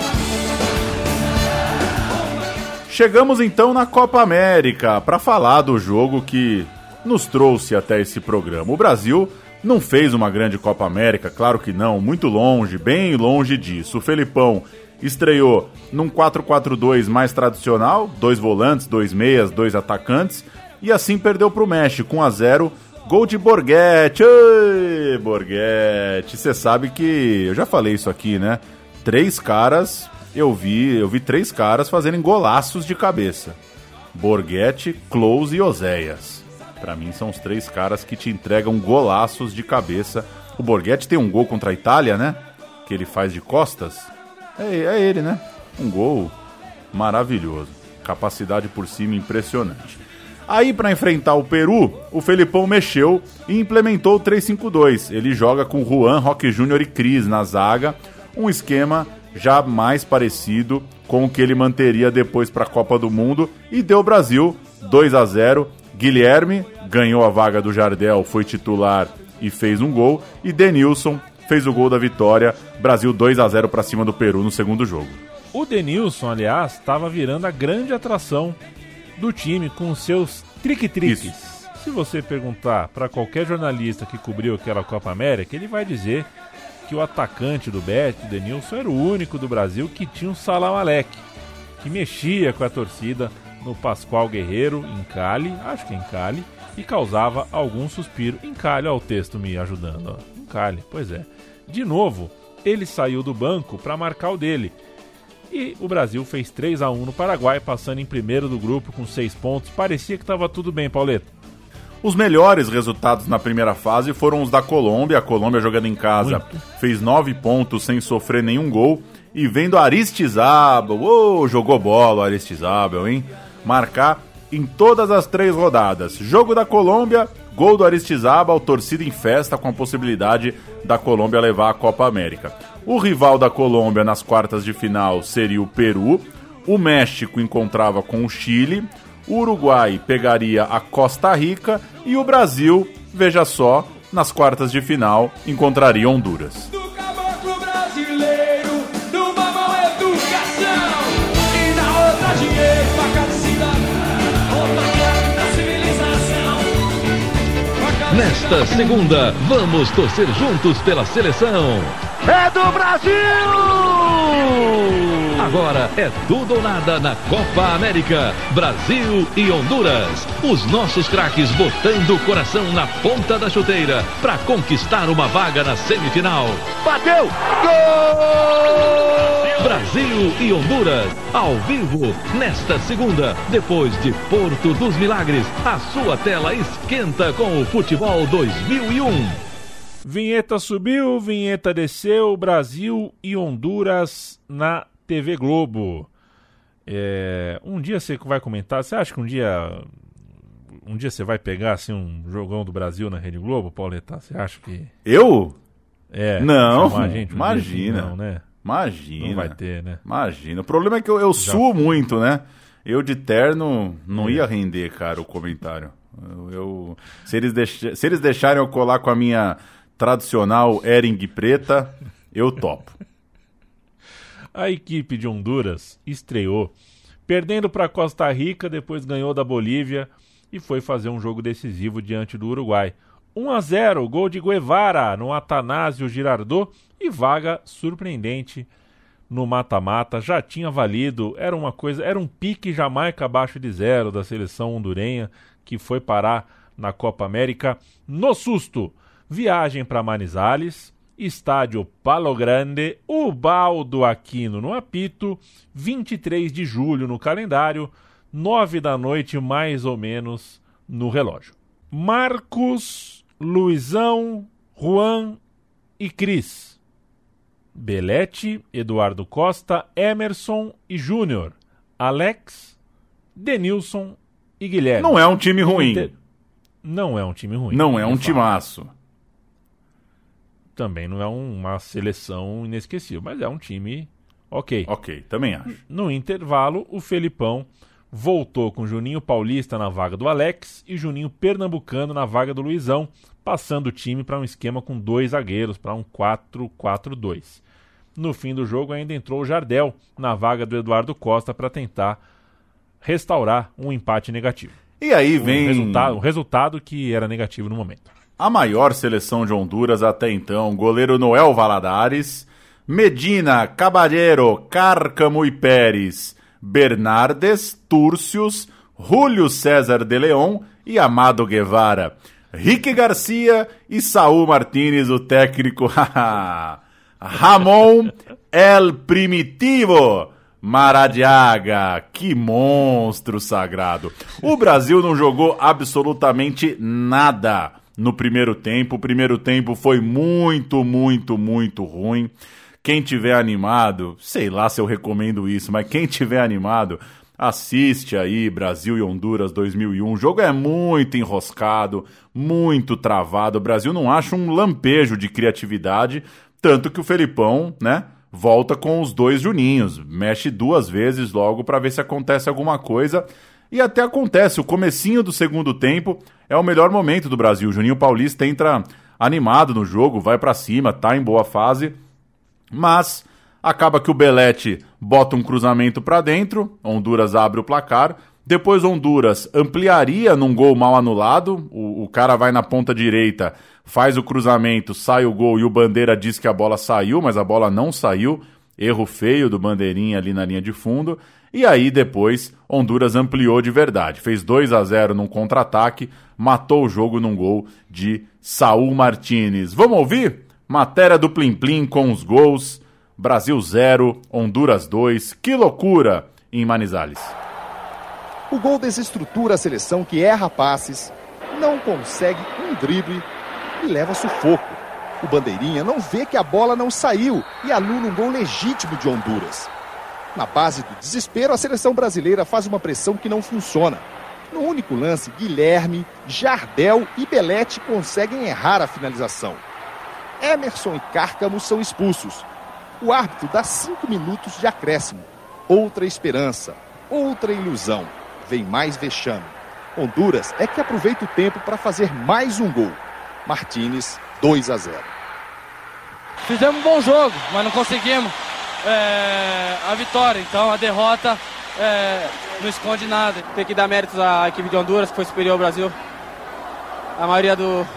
C: Chegamos então na Copa América para falar do jogo que nos trouxe até esse programa. O Brasil não fez uma grande Copa América, claro que não, muito longe, bem longe disso. O Felipão estreou num 4-4-2 mais tradicional, 2 volantes, 2 meias, 2 atacantes, e assim perdeu para o México, 1-0, gol de Borghetti. Oi, Borghetti, você sabe que eu já falei isso aqui, né? 3 caras, eu vi 3 caras fazerem golaços de cabeça. Borghetti, Klose e Oséias. Para mim são os 3 caras que te entregam golaços de cabeça. O Borghetti tem um gol contra a Itália, né? Que ele faz de costas. É ele, né? Um gol maravilhoso. Capacidade por cima impressionante. Aí, para enfrentar o Peru, o Felipão mexeu e implementou o 3-5-2. Ele joga com Juan, Roque Júnior e Cris na zaga. Um esquema já mais parecido com o que ele manteria depois para a Copa do Mundo, e deu Brasil 2-0. Guilherme ganhou a vaga do Jardel, foi titular e fez um gol, e Denilson fez o gol da vitória. Brasil 2-0 para cima do Peru no segundo jogo.
B: O Denilson, aliás, estava virando a grande atração do time com seus trique-triques. Se você perguntar para qualquer jornalista que cobriu aquela Copa América, ele vai dizer que o atacante do Bet, o Denilson, era o único do Brasil que tinha um Salam Alek, que mexia com a torcida no Pascoal Guerreiro, em Cali, acho que em Cali, e causava algum suspiro. Em Cali, ó, o texto me ajudando, ó. Em Cali, pois é. De novo, ele saiu do banco para marcar o dele. E o Brasil fez 3-1 no Paraguai, passando em primeiro do grupo com 6 pontos. Parecia que estava tudo bem, Pauleta.
C: Os melhores resultados na primeira fase foram os da Colômbia. A Colômbia, jogando em casa, fez 9 pontos sem sofrer nenhum gol. E vendo Aristizábal, jogou bola o Aristizábal, hein? Marcar em todas as 3 rodadas. Jogo da Colômbia, gol do Aristizábal, torcida em festa com a possibilidade da Colômbia levar a Copa América. O rival da Colômbia nas quartas de final seria o Peru. O México encontrava com o Chile. O Uruguai pegaria a Costa Rica. E o Brasil, veja só, nas quartas de final encontraria Honduras.
J: Do caboclo brasileiro, numa mão educação e na outra dinheiro, faca de cidadão, outra da civilização.
K: Nesta segunda, vamos torcer juntos pela seleção.
G: É do Brasil!
K: Agora é tudo ou nada na Copa América. Brasil e Honduras. Os nossos craques botando o coração na ponta da chuteira para conquistar uma vaga na semifinal.
G: Bateu! Gol!
K: Brasil e Honduras, ao vivo, nesta segunda, depois de Porto dos Milagres. A sua tela esquenta com o Futebol 2001.
B: Vinheta subiu, vinheta desceu, Brasil e Honduras na TV Globo. Um dia você vai comentar, você acha que um dia você vai pegar assim um jogão do Brasil na Rede Globo, Pauleta? Você acha que...
C: Eu? Não,
B: gente,
C: imagina.
B: Não, né?
C: Imagina.
B: Não vai ter, né?
C: Imagina. O problema é que eu suo muito, né? Eu de terno não ia render, cara, o comentário. Se eles deixarem eu colar com a minha tradicional Hering preta, eu topo.
B: A equipe de Honduras estreou perdendo para Costa Rica, depois ganhou da Bolívia e foi fazer um jogo decisivo diante do Uruguai. 1-0, gol de Guevara no Atanásio Girardot e vaga surpreendente no mata-mata. Já tinha valido, era um pique Jamaica abaixo de 0 da seleção hondurenha que foi parar na Copa América no susto. Viagem para Manizales, estádio Palo Grande, Ubaldo Aquino no apito, 23 de julho no calendário, 9 da noite mais ou menos no relógio. Marcos, Luizão, Juan e Cris. Belete, Eduardo Costa, Emerson e Júnior. Alex, Denilson e Guilherme.
C: Não é um time ruim.
B: Não é um time ruim.
C: Não é um timaço.
B: Também não é uma seleção inesquecível, mas é um time ok.
C: Ok, também acho.
B: No intervalo, o Felipão voltou com Juninho Paulista na vaga do Alex e Juninho Pernambucano na vaga do Luizão, passando o time para um esquema com 2 zagueiros, para um 4-4-2. No fim do jogo ainda entrou o Jardel na vaga do Eduardo Costa para tentar restaurar um empate negativo.
C: E aí vem...
B: O resultado que era negativo no momento.
C: A maior seleção de Honduras até então, goleiro Noel Valadares, Medina, Caballero, Cárcamo e Pérez, Bernardes, Túrcios, Júlio César de León e Amado Guevara, Rique Garcia e Saúl Martínez, o técnico Ramon El Primitivo Maradiaga, que monstro sagrado. O Brasil não jogou absolutamente nada no primeiro tempo. O primeiro tempo foi muito, muito, muito ruim. Quem tiver animado, sei lá se eu recomendo isso, mas quem tiver animado, assiste aí Brasil e Honduras 2001. O jogo é muito enroscado, muito travado. O Brasil não acha um lampejo de criatividade, tanto que o Felipão, né, volta com os 2 Juninhos, mexe 2 vezes logo para ver se acontece alguma coisa, e até acontece. O comecinho do segundo tempo é o melhor momento do Brasil. O Juninho Paulista entra animado no jogo, vai para cima, tá em boa fase, mas acaba que o Belletti bota um cruzamento para dentro, Honduras abre o placar, depois Honduras ampliaria num gol mal anulado, o cara vai na ponta direita, faz o cruzamento, sai o gol e o Bandeira diz que a bola saiu, mas a bola não saiu, erro feio do Bandeirinha ali na linha de fundo, e aí depois Honduras ampliou de verdade, fez 2-0 num contra-ataque, matou o jogo num gol de Saúl Martínez. Vamos ouvir? Matéria do Plim Plim com os gols, Brasil 0, Honduras 2, que loucura em Manizales.
L: O gol desestrutura a seleção que erra passes, não consegue um drible e leva sufoco. O Bandeirinha não vê que a bola não saiu e anula um gol legítimo de Honduras. Na base do desespero, a seleção brasileira faz uma pressão que não funciona. No único lance, Guilherme, Jardel e Belletti conseguem errar a finalização. Emerson e Cárcamo são expulsos. O árbitro dá 5 minutos de acréscimo. Outra esperança, outra ilusão. Vem mais vexame. Honduras é que aproveita o tempo para fazer mais um gol. Martínez, 2-0.
M: Fizemos um bom jogo, mas não conseguimos a vitória. Então a derrota não esconde nada. Tem que dar méritos à equipe de Honduras, que foi superior ao Brasil. A maioria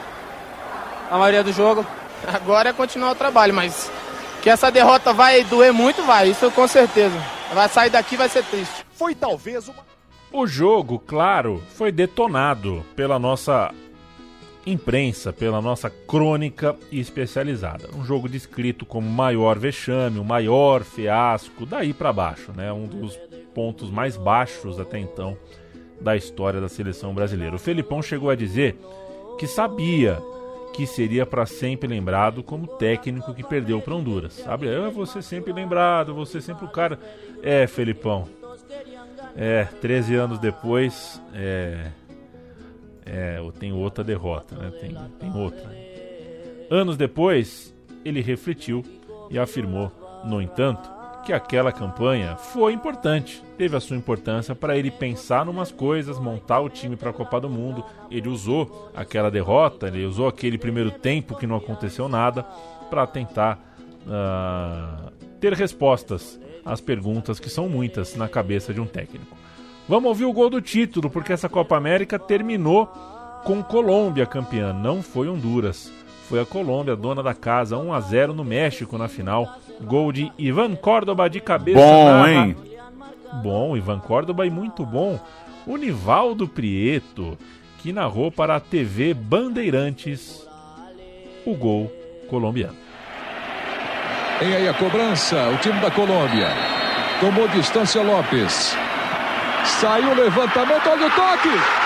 M: do jogo.
N: Agora é continuar o trabalho, mas que essa derrota vai doer muito, vai. Isso com certeza. Vai sair daqui, vai ser triste.
L: Foi talvez uma...
B: O jogo, claro, foi detonado pela nossa imprensa, pela nossa crônica especializada. Um jogo descrito como o maior vexame, o maior fiasco, daí para baixo, né? Um dos pontos mais baixos até então da história da seleção brasileira. O Felipão chegou a dizer que sabia que seria para sempre lembrado como técnico que perdeu para Honduras. Sabe? Eu vou ser sempre lembrado, vou ser sempre o cara... Felipão, 13 anos depois, tem outra derrota, né? Tem outra. Anos depois, ele refletiu e afirmou, no entanto, que aquela campanha foi importante. Teve a sua importância para ele pensar numas coisas, montar o time para a Copa do Mundo. Ele usou aquela derrota, ele usou aquele primeiro tempo que não aconteceu nada para tentar ter respostas às perguntas que são muitas na cabeça de um técnico. Vamos ouvir o gol do título, porque essa Copa América terminou com Colômbia campeã, não foi Honduras. Foi a Colômbia, dona da casa, 1-0 no México na final. Gol de Ivan Córdoba de cabeça.
C: Bom, hein?
B: Bom, Ivan Córdoba e muito bom o Nivaldo Prieto, que narrou para a TV Bandeirantes o gol colombiano.
O: Tem aí a cobrança, o time da Colômbia. Tomou distância Lopes. Saiu o levantamento, olha o toque!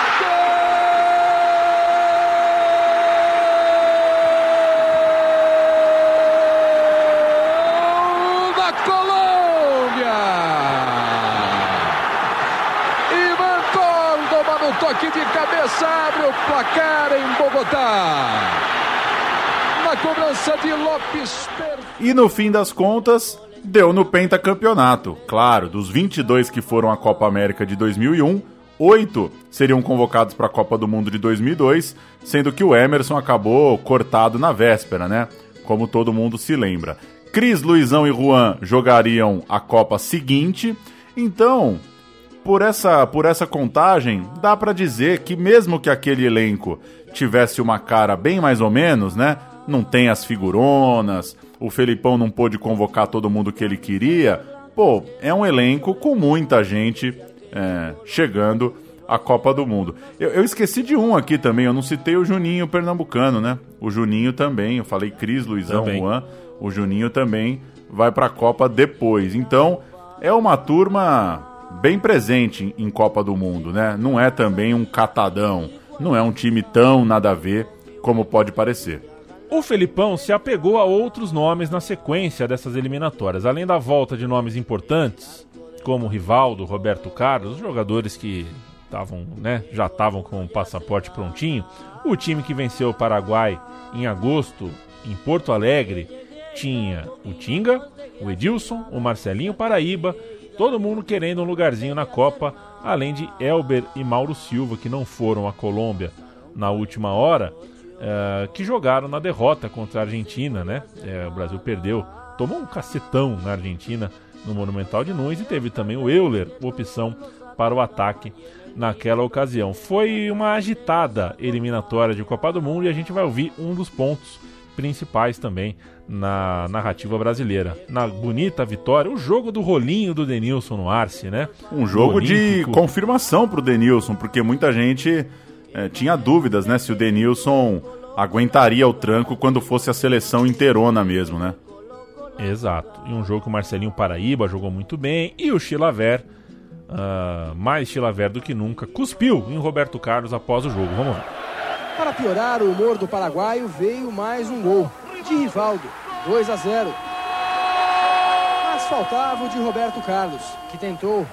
O: Toque de cabeça, abre o placar em Bogotá. Na cobrança de Lopes.
C: E no fim das contas, deu no pentacampeonato. Claro, dos 22 que foram à Copa América de 2001, 8 seriam convocados para a Copa do Mundo de 2002, sendo que o Emerson acabou cortado na véspera, né? Como todo mundo se lembra. Cris, Luizão e Juan jogariam a Copa seguinte, então... Por essa contagem, dá pra dizer que mesmo que aquele elenco tivesse uma cara bem mais ou menos, né? Não tem as figuronas, o Felipão não pôde convocar todo mundo que ele queria. Pô, é um elenco com muita gente chegando à Copa do Mundo. Eu esqueci de um aqui também, eu não citei o Juninho pernambucano, né? O Juninho também, eu falei Cris, Luizão, também. Juan, o Juninho também vai pra Copa depois. Então, é uma turma... bem presente em Copa do Mundo, né? Não é também um catadão, não é um time tão nada a ver como pode parecer.
B: O Felipão se apegou a outros nomes na sequência dessas eliminatórias, além da volta de nomes importantes, como Rivaldo, Roberto Carlos, jogadores que já estavam com o passaporte prontinho. O time que venceu o Paraguai em agosto, em Porto Alegre, tinha o Tinga, o Edilson, o Marcelinho Paraíba, todo mundo querendo um lugarzinho na Copa, além de Elber e Mauro Silva, que não foram à Colômbia na última hora, que jogaram na derrota contra a Argentina, né? O Brasil perdeu, tomou um cacetão na Argentina no Monumental de Nunes, e teve também o Euler, opção para o ataque naquela ocasião. Foi uma agitada eliminatória de Copa do Mundo, e a gente vai ouvir um dos pontos principais também na narrativa brasileira. Na bonita vitória, o jogo do rolinho do Denilson no Arce, né?
C: Um jogo de confirmação pro Denilson, porque muita gente tinha dúvidas, né, se o Denilson aguentaria o tranco quando fosse a seleção inteirona mesmo, né?
B: Exato. E um jogo que o Marcelinho Paraíba jogou muito bem, e o Chilavert, mais Chilavert do que nunca, cuspiu em Roberto Carlos após o jogo. Vamos lá.
P: Para piorar o humor do paraguaio, veio mais um gol de Rivaldo, 2-0. Mas faltava o de Roberto Carlos, que tentou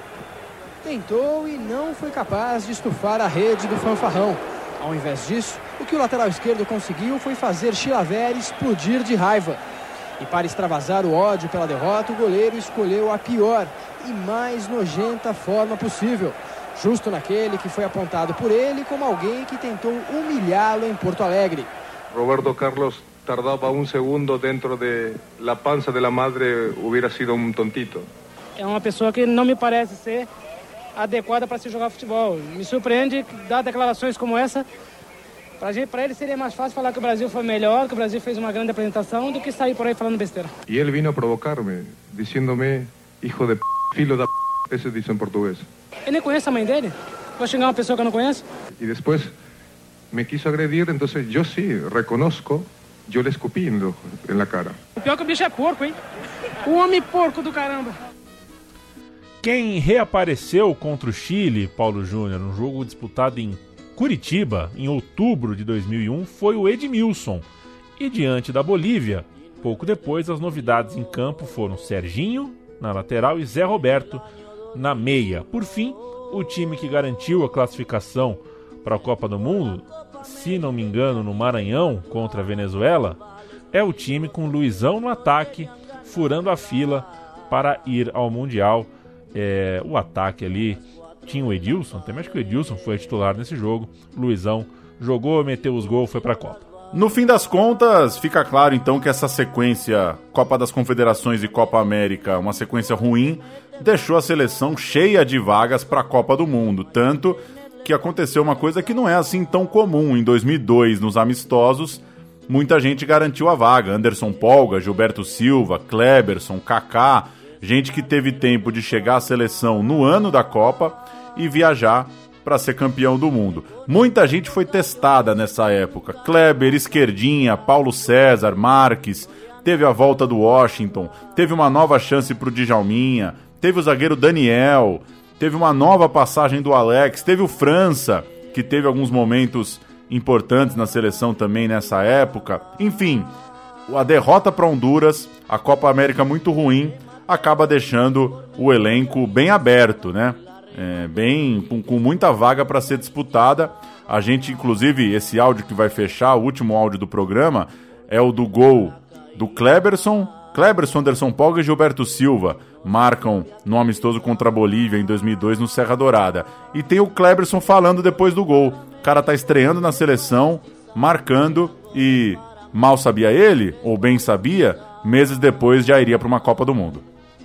P: e não foi capaz de estufar a rede do fanfarrão. Ao invés disso, o que o lateral esquerdo conseguiu foi fazer Chilavert explodir de raiva. E para extravasar o ódio pela derrota, o goleiro escolheu a pior e mais nojenta forma possível, justo naquele que foi apontado por ele como alguém que tentou humilhá-lo em Porto Alegre.
Q: Roberto Carlos tardaba un segundo dentro de la panza de la madre, hubiera sido un tontito.
M: É uma pessoa que não me parece ser adequada para se jogar futebol. Me surpreende dar declarações como essa. Para ele seria mais fácil falar que o Brasil foi melhor, que o Brasil fez uma grande apresentação, do que sair por aí falando besteira.
Q: E ele vino a provocar-me, dizendo-me, hijo de p***, filho da p***, esse diz em português.
M: Eu nem conheço a mãe dele. Vou xingar uma pessoa que eu não conheço.
Q: E depois me quiso agredir, então eu sim, reconozco, eu lhe escupi na cara.
M: O pior é que o bicho é porco, hein? O homem porco do caramba.
B: Quem reapareceu contra o Chile, Paulo Júnior, um jogo disputado em Curitiba, em outubro de 2001, foi o Edmilson. E diante da Bolívia, pouco depois, as novidades em campo foram Serginho na lateral e Zé Roberto na meia. Por fim, o time que garantiu a classificação para a Copa do Mundo, se não me engano, no Maranhão contra a Venezuela, é o time com Luizão no ataque, furando a fila para ir ao Mundial. O ataque ali tinha o Edilson, também acho que o Edilson foi titular nesse jogo. Luizão jogou, meteu os gols, foi para a Copa.
C: No fim das contas, fica claro então que essa sequência Copa das Confederações e Copa América, uma sequência ruim, deixou a seleção cheia de vagas para a Copa do Mundo. Tanto que aconteceu uma coisa que não é assim tão comum. Em 2002, nos amistosos, muita gente garantiu a vaga. Anderson Polga, Gilberto Silva, Kleberson, Kaká, gente que teve tempo de chegar à seleção no ano da Copa e viajar para ser campeão do mundo. Muita gente foi testada nessa época. Kleber, Esquerdinha, Paulo César, Marques, teve a volta do Washington, teve uma nova chance pro Djalminha, teve o zagueiro Daniel, teve uma nova passagem do Alex, teve o França, que teve alguns momentos importantes na seleção também nessa época. Enfim, a derrota para Honduras, a Copa América muito ruim, acaba deixando o elenco bem aberto, né? Com muita vaga para ser disputada. A gente, inclusive, esse áudio que vai fechar, o último áudio do programa, é o do gol do Kleberson, Anderson Polga e Gilberto Silva marcam no amistoso contra a Bolívia em 2002 no Serra Dourada. E tem o Kleberson falando depois do gol. O cara tá estreando na seleção, marcando, e mal sabia ele, ou bem sabia, meses depois já iria para uma Copa do Mundo.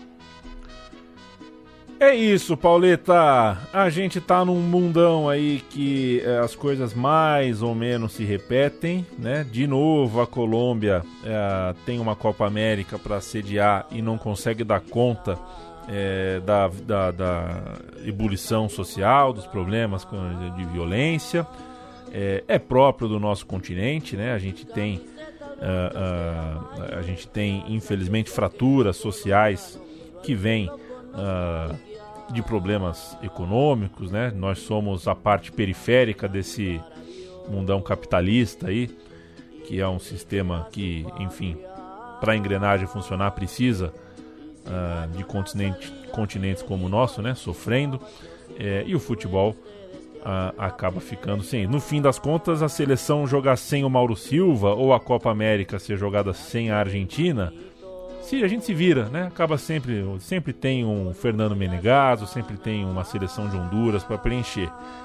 B: É isso, Pauleta. A gente tá num mundão aí que as coisas mais ou menos se repetem, né? De novo, a Colômbia tem uma Copa América para sediar e não consegue dar conta da ebulição social, dos problemas de violência. É próprio do nosso continente, né? A gente tem, infelizmente, fraturas sociais que vêm de problemas econômicos, né? Nós somos a parte periférica desse mundão capitalista aí, que é um sistema que, enfim, para a engrenagem funcionar precisa de continentes como o nosso, né? Sofrendo, e o futebol acaba ficando sem. No fim das contas, a seleção jogar sem o Mauro Silva ou a Copa América ser jogada sem a Argentina, a gente se vira, né? Acaba sempre tem um Fernando Menegaso, sempre tem uma seleção de Honduras para preencher.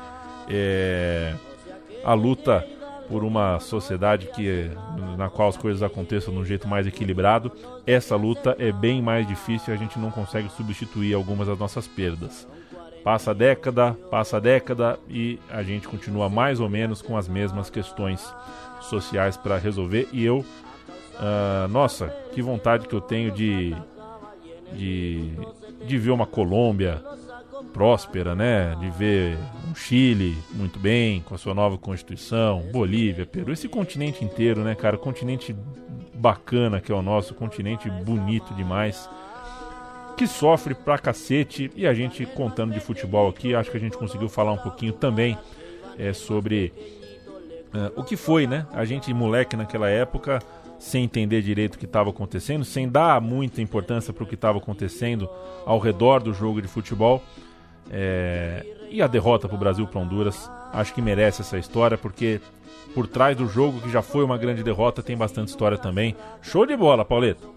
B: A luta por uma sociedade na qual as coisas aconteçam de um jeito mais equilibrado, essa luta é bem mais difícil e a gente não consegue substituir algumas das nossas perdas. Passa a década e a gente continua mais ou menos com as mesmas questões sociais para resolver. E nossa, que vontade que eu tenho de ver uma Colômbia próspera, né? De ver um Chile muito bem, com a sua nova Constituição, Bolívia, Peru, esse continente inteiro, né, cara? Continente bacana que é o nosso, continente bonito demais, que sofre pra cacete. E a gente, contando de futebol aqui, acho que a gente conseguiu falar um pouquinho também sobre o que foi, né? A gente, moleque naquela época, sem entender direito o que estava acontecendo, sem dar muita importância para o que estava acontecendo ao redor do jogo de futebol. E a derrota para o Brasil, para Honduras, acho que merece essa história, porque por trás do jogo, que já foi uma grande derrota, tem bastante história também. Show de bola, Pauleta!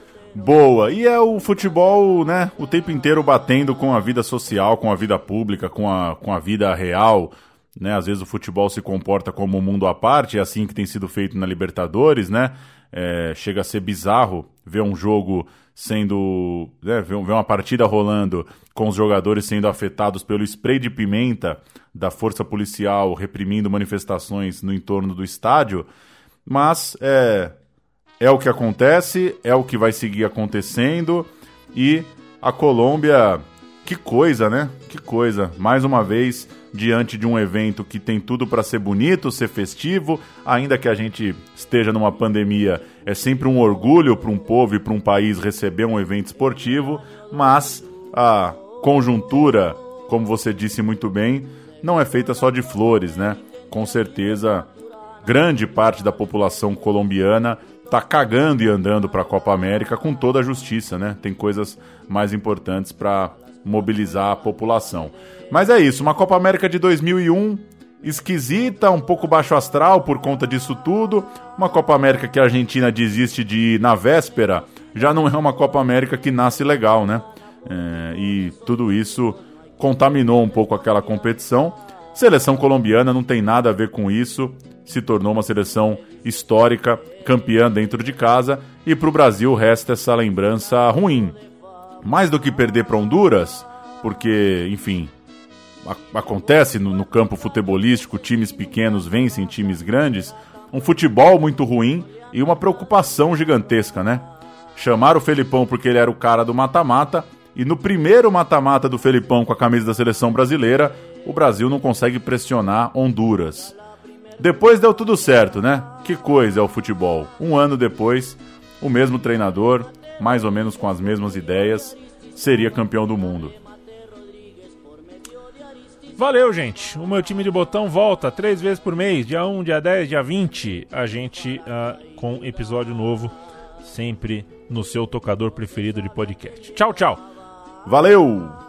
C: Boa, e é o futebol, né, o tempo inteiro batendo com a vida social, com a vida pública, com a vida real, né? Às vezes o futebol se comporta como um mundo à parte, é assim que tem sido feito na Libertadores, né? Chega a ser bizarro ver um jogo sendo, né, ver uma partida rolando com os jogadores sendo afetados pelo spray de pimenta da força policial reprimindo manifestações no entorno do estádio, mas é o que acontece, é o que vai seguir acontecendo. E a Colômbia, que coisa, né? Que coisa, mais uma vez, diante de um evento que tem tudo para ser bonito, ser festivo, ainda que a gente esteja numa pandemia, é sempre um orgulho para um povo e para um país receber um evento esportivo, mas a conjuntura, como você disse muito bem, não é feita só de flores, né? Com certeza, grande parte da população colombiana tá cagando e andando para a Copa América com toda a justiça, né? Tem coisas mais importantes para mobilizar a população. Mas é isso, uma Copa América de 2001 esquisita, um pouco baixo astral por conta disso tudo. Uma Copa América que a Argentina desiste de ir na véspera, já não é uma Copa América que nasce legal, né? E tudo isso contaminou um pouco aquela competição. Seleção colombiana não tem nada a ver com isso, se tornou uma seleção histórica, campeã dentro de casa, e para o Brasil resta essa lembrança ruim. Mais do que perder para Honduras, porque, enfim, acontece no campo futebolístico, times pequenos vencem times grandes, um futebol muito ruim e uma preocupação gigantesca, né? Chamaram o Felipão porque ele era o cara do mata-mata, e no primeiro mata-mata do Felipão com a camisa da seleção brasileira, o Brasil não consegue pressionar Honduras. Depois deu tudo certo, né? Que coisa é o futebol. Um ano depois, o mesmo treinador, mais ou menos com as mesmas ideias, seria campeão do mundo.
B: Valeu, gente. O meu time de botão volta 3 vezes por mês, dia 1, dia 10, dia 20. A gente com episódio novo, sempre no seu tocador preferido de podcast. Tchau, tchau.
C: Valeu!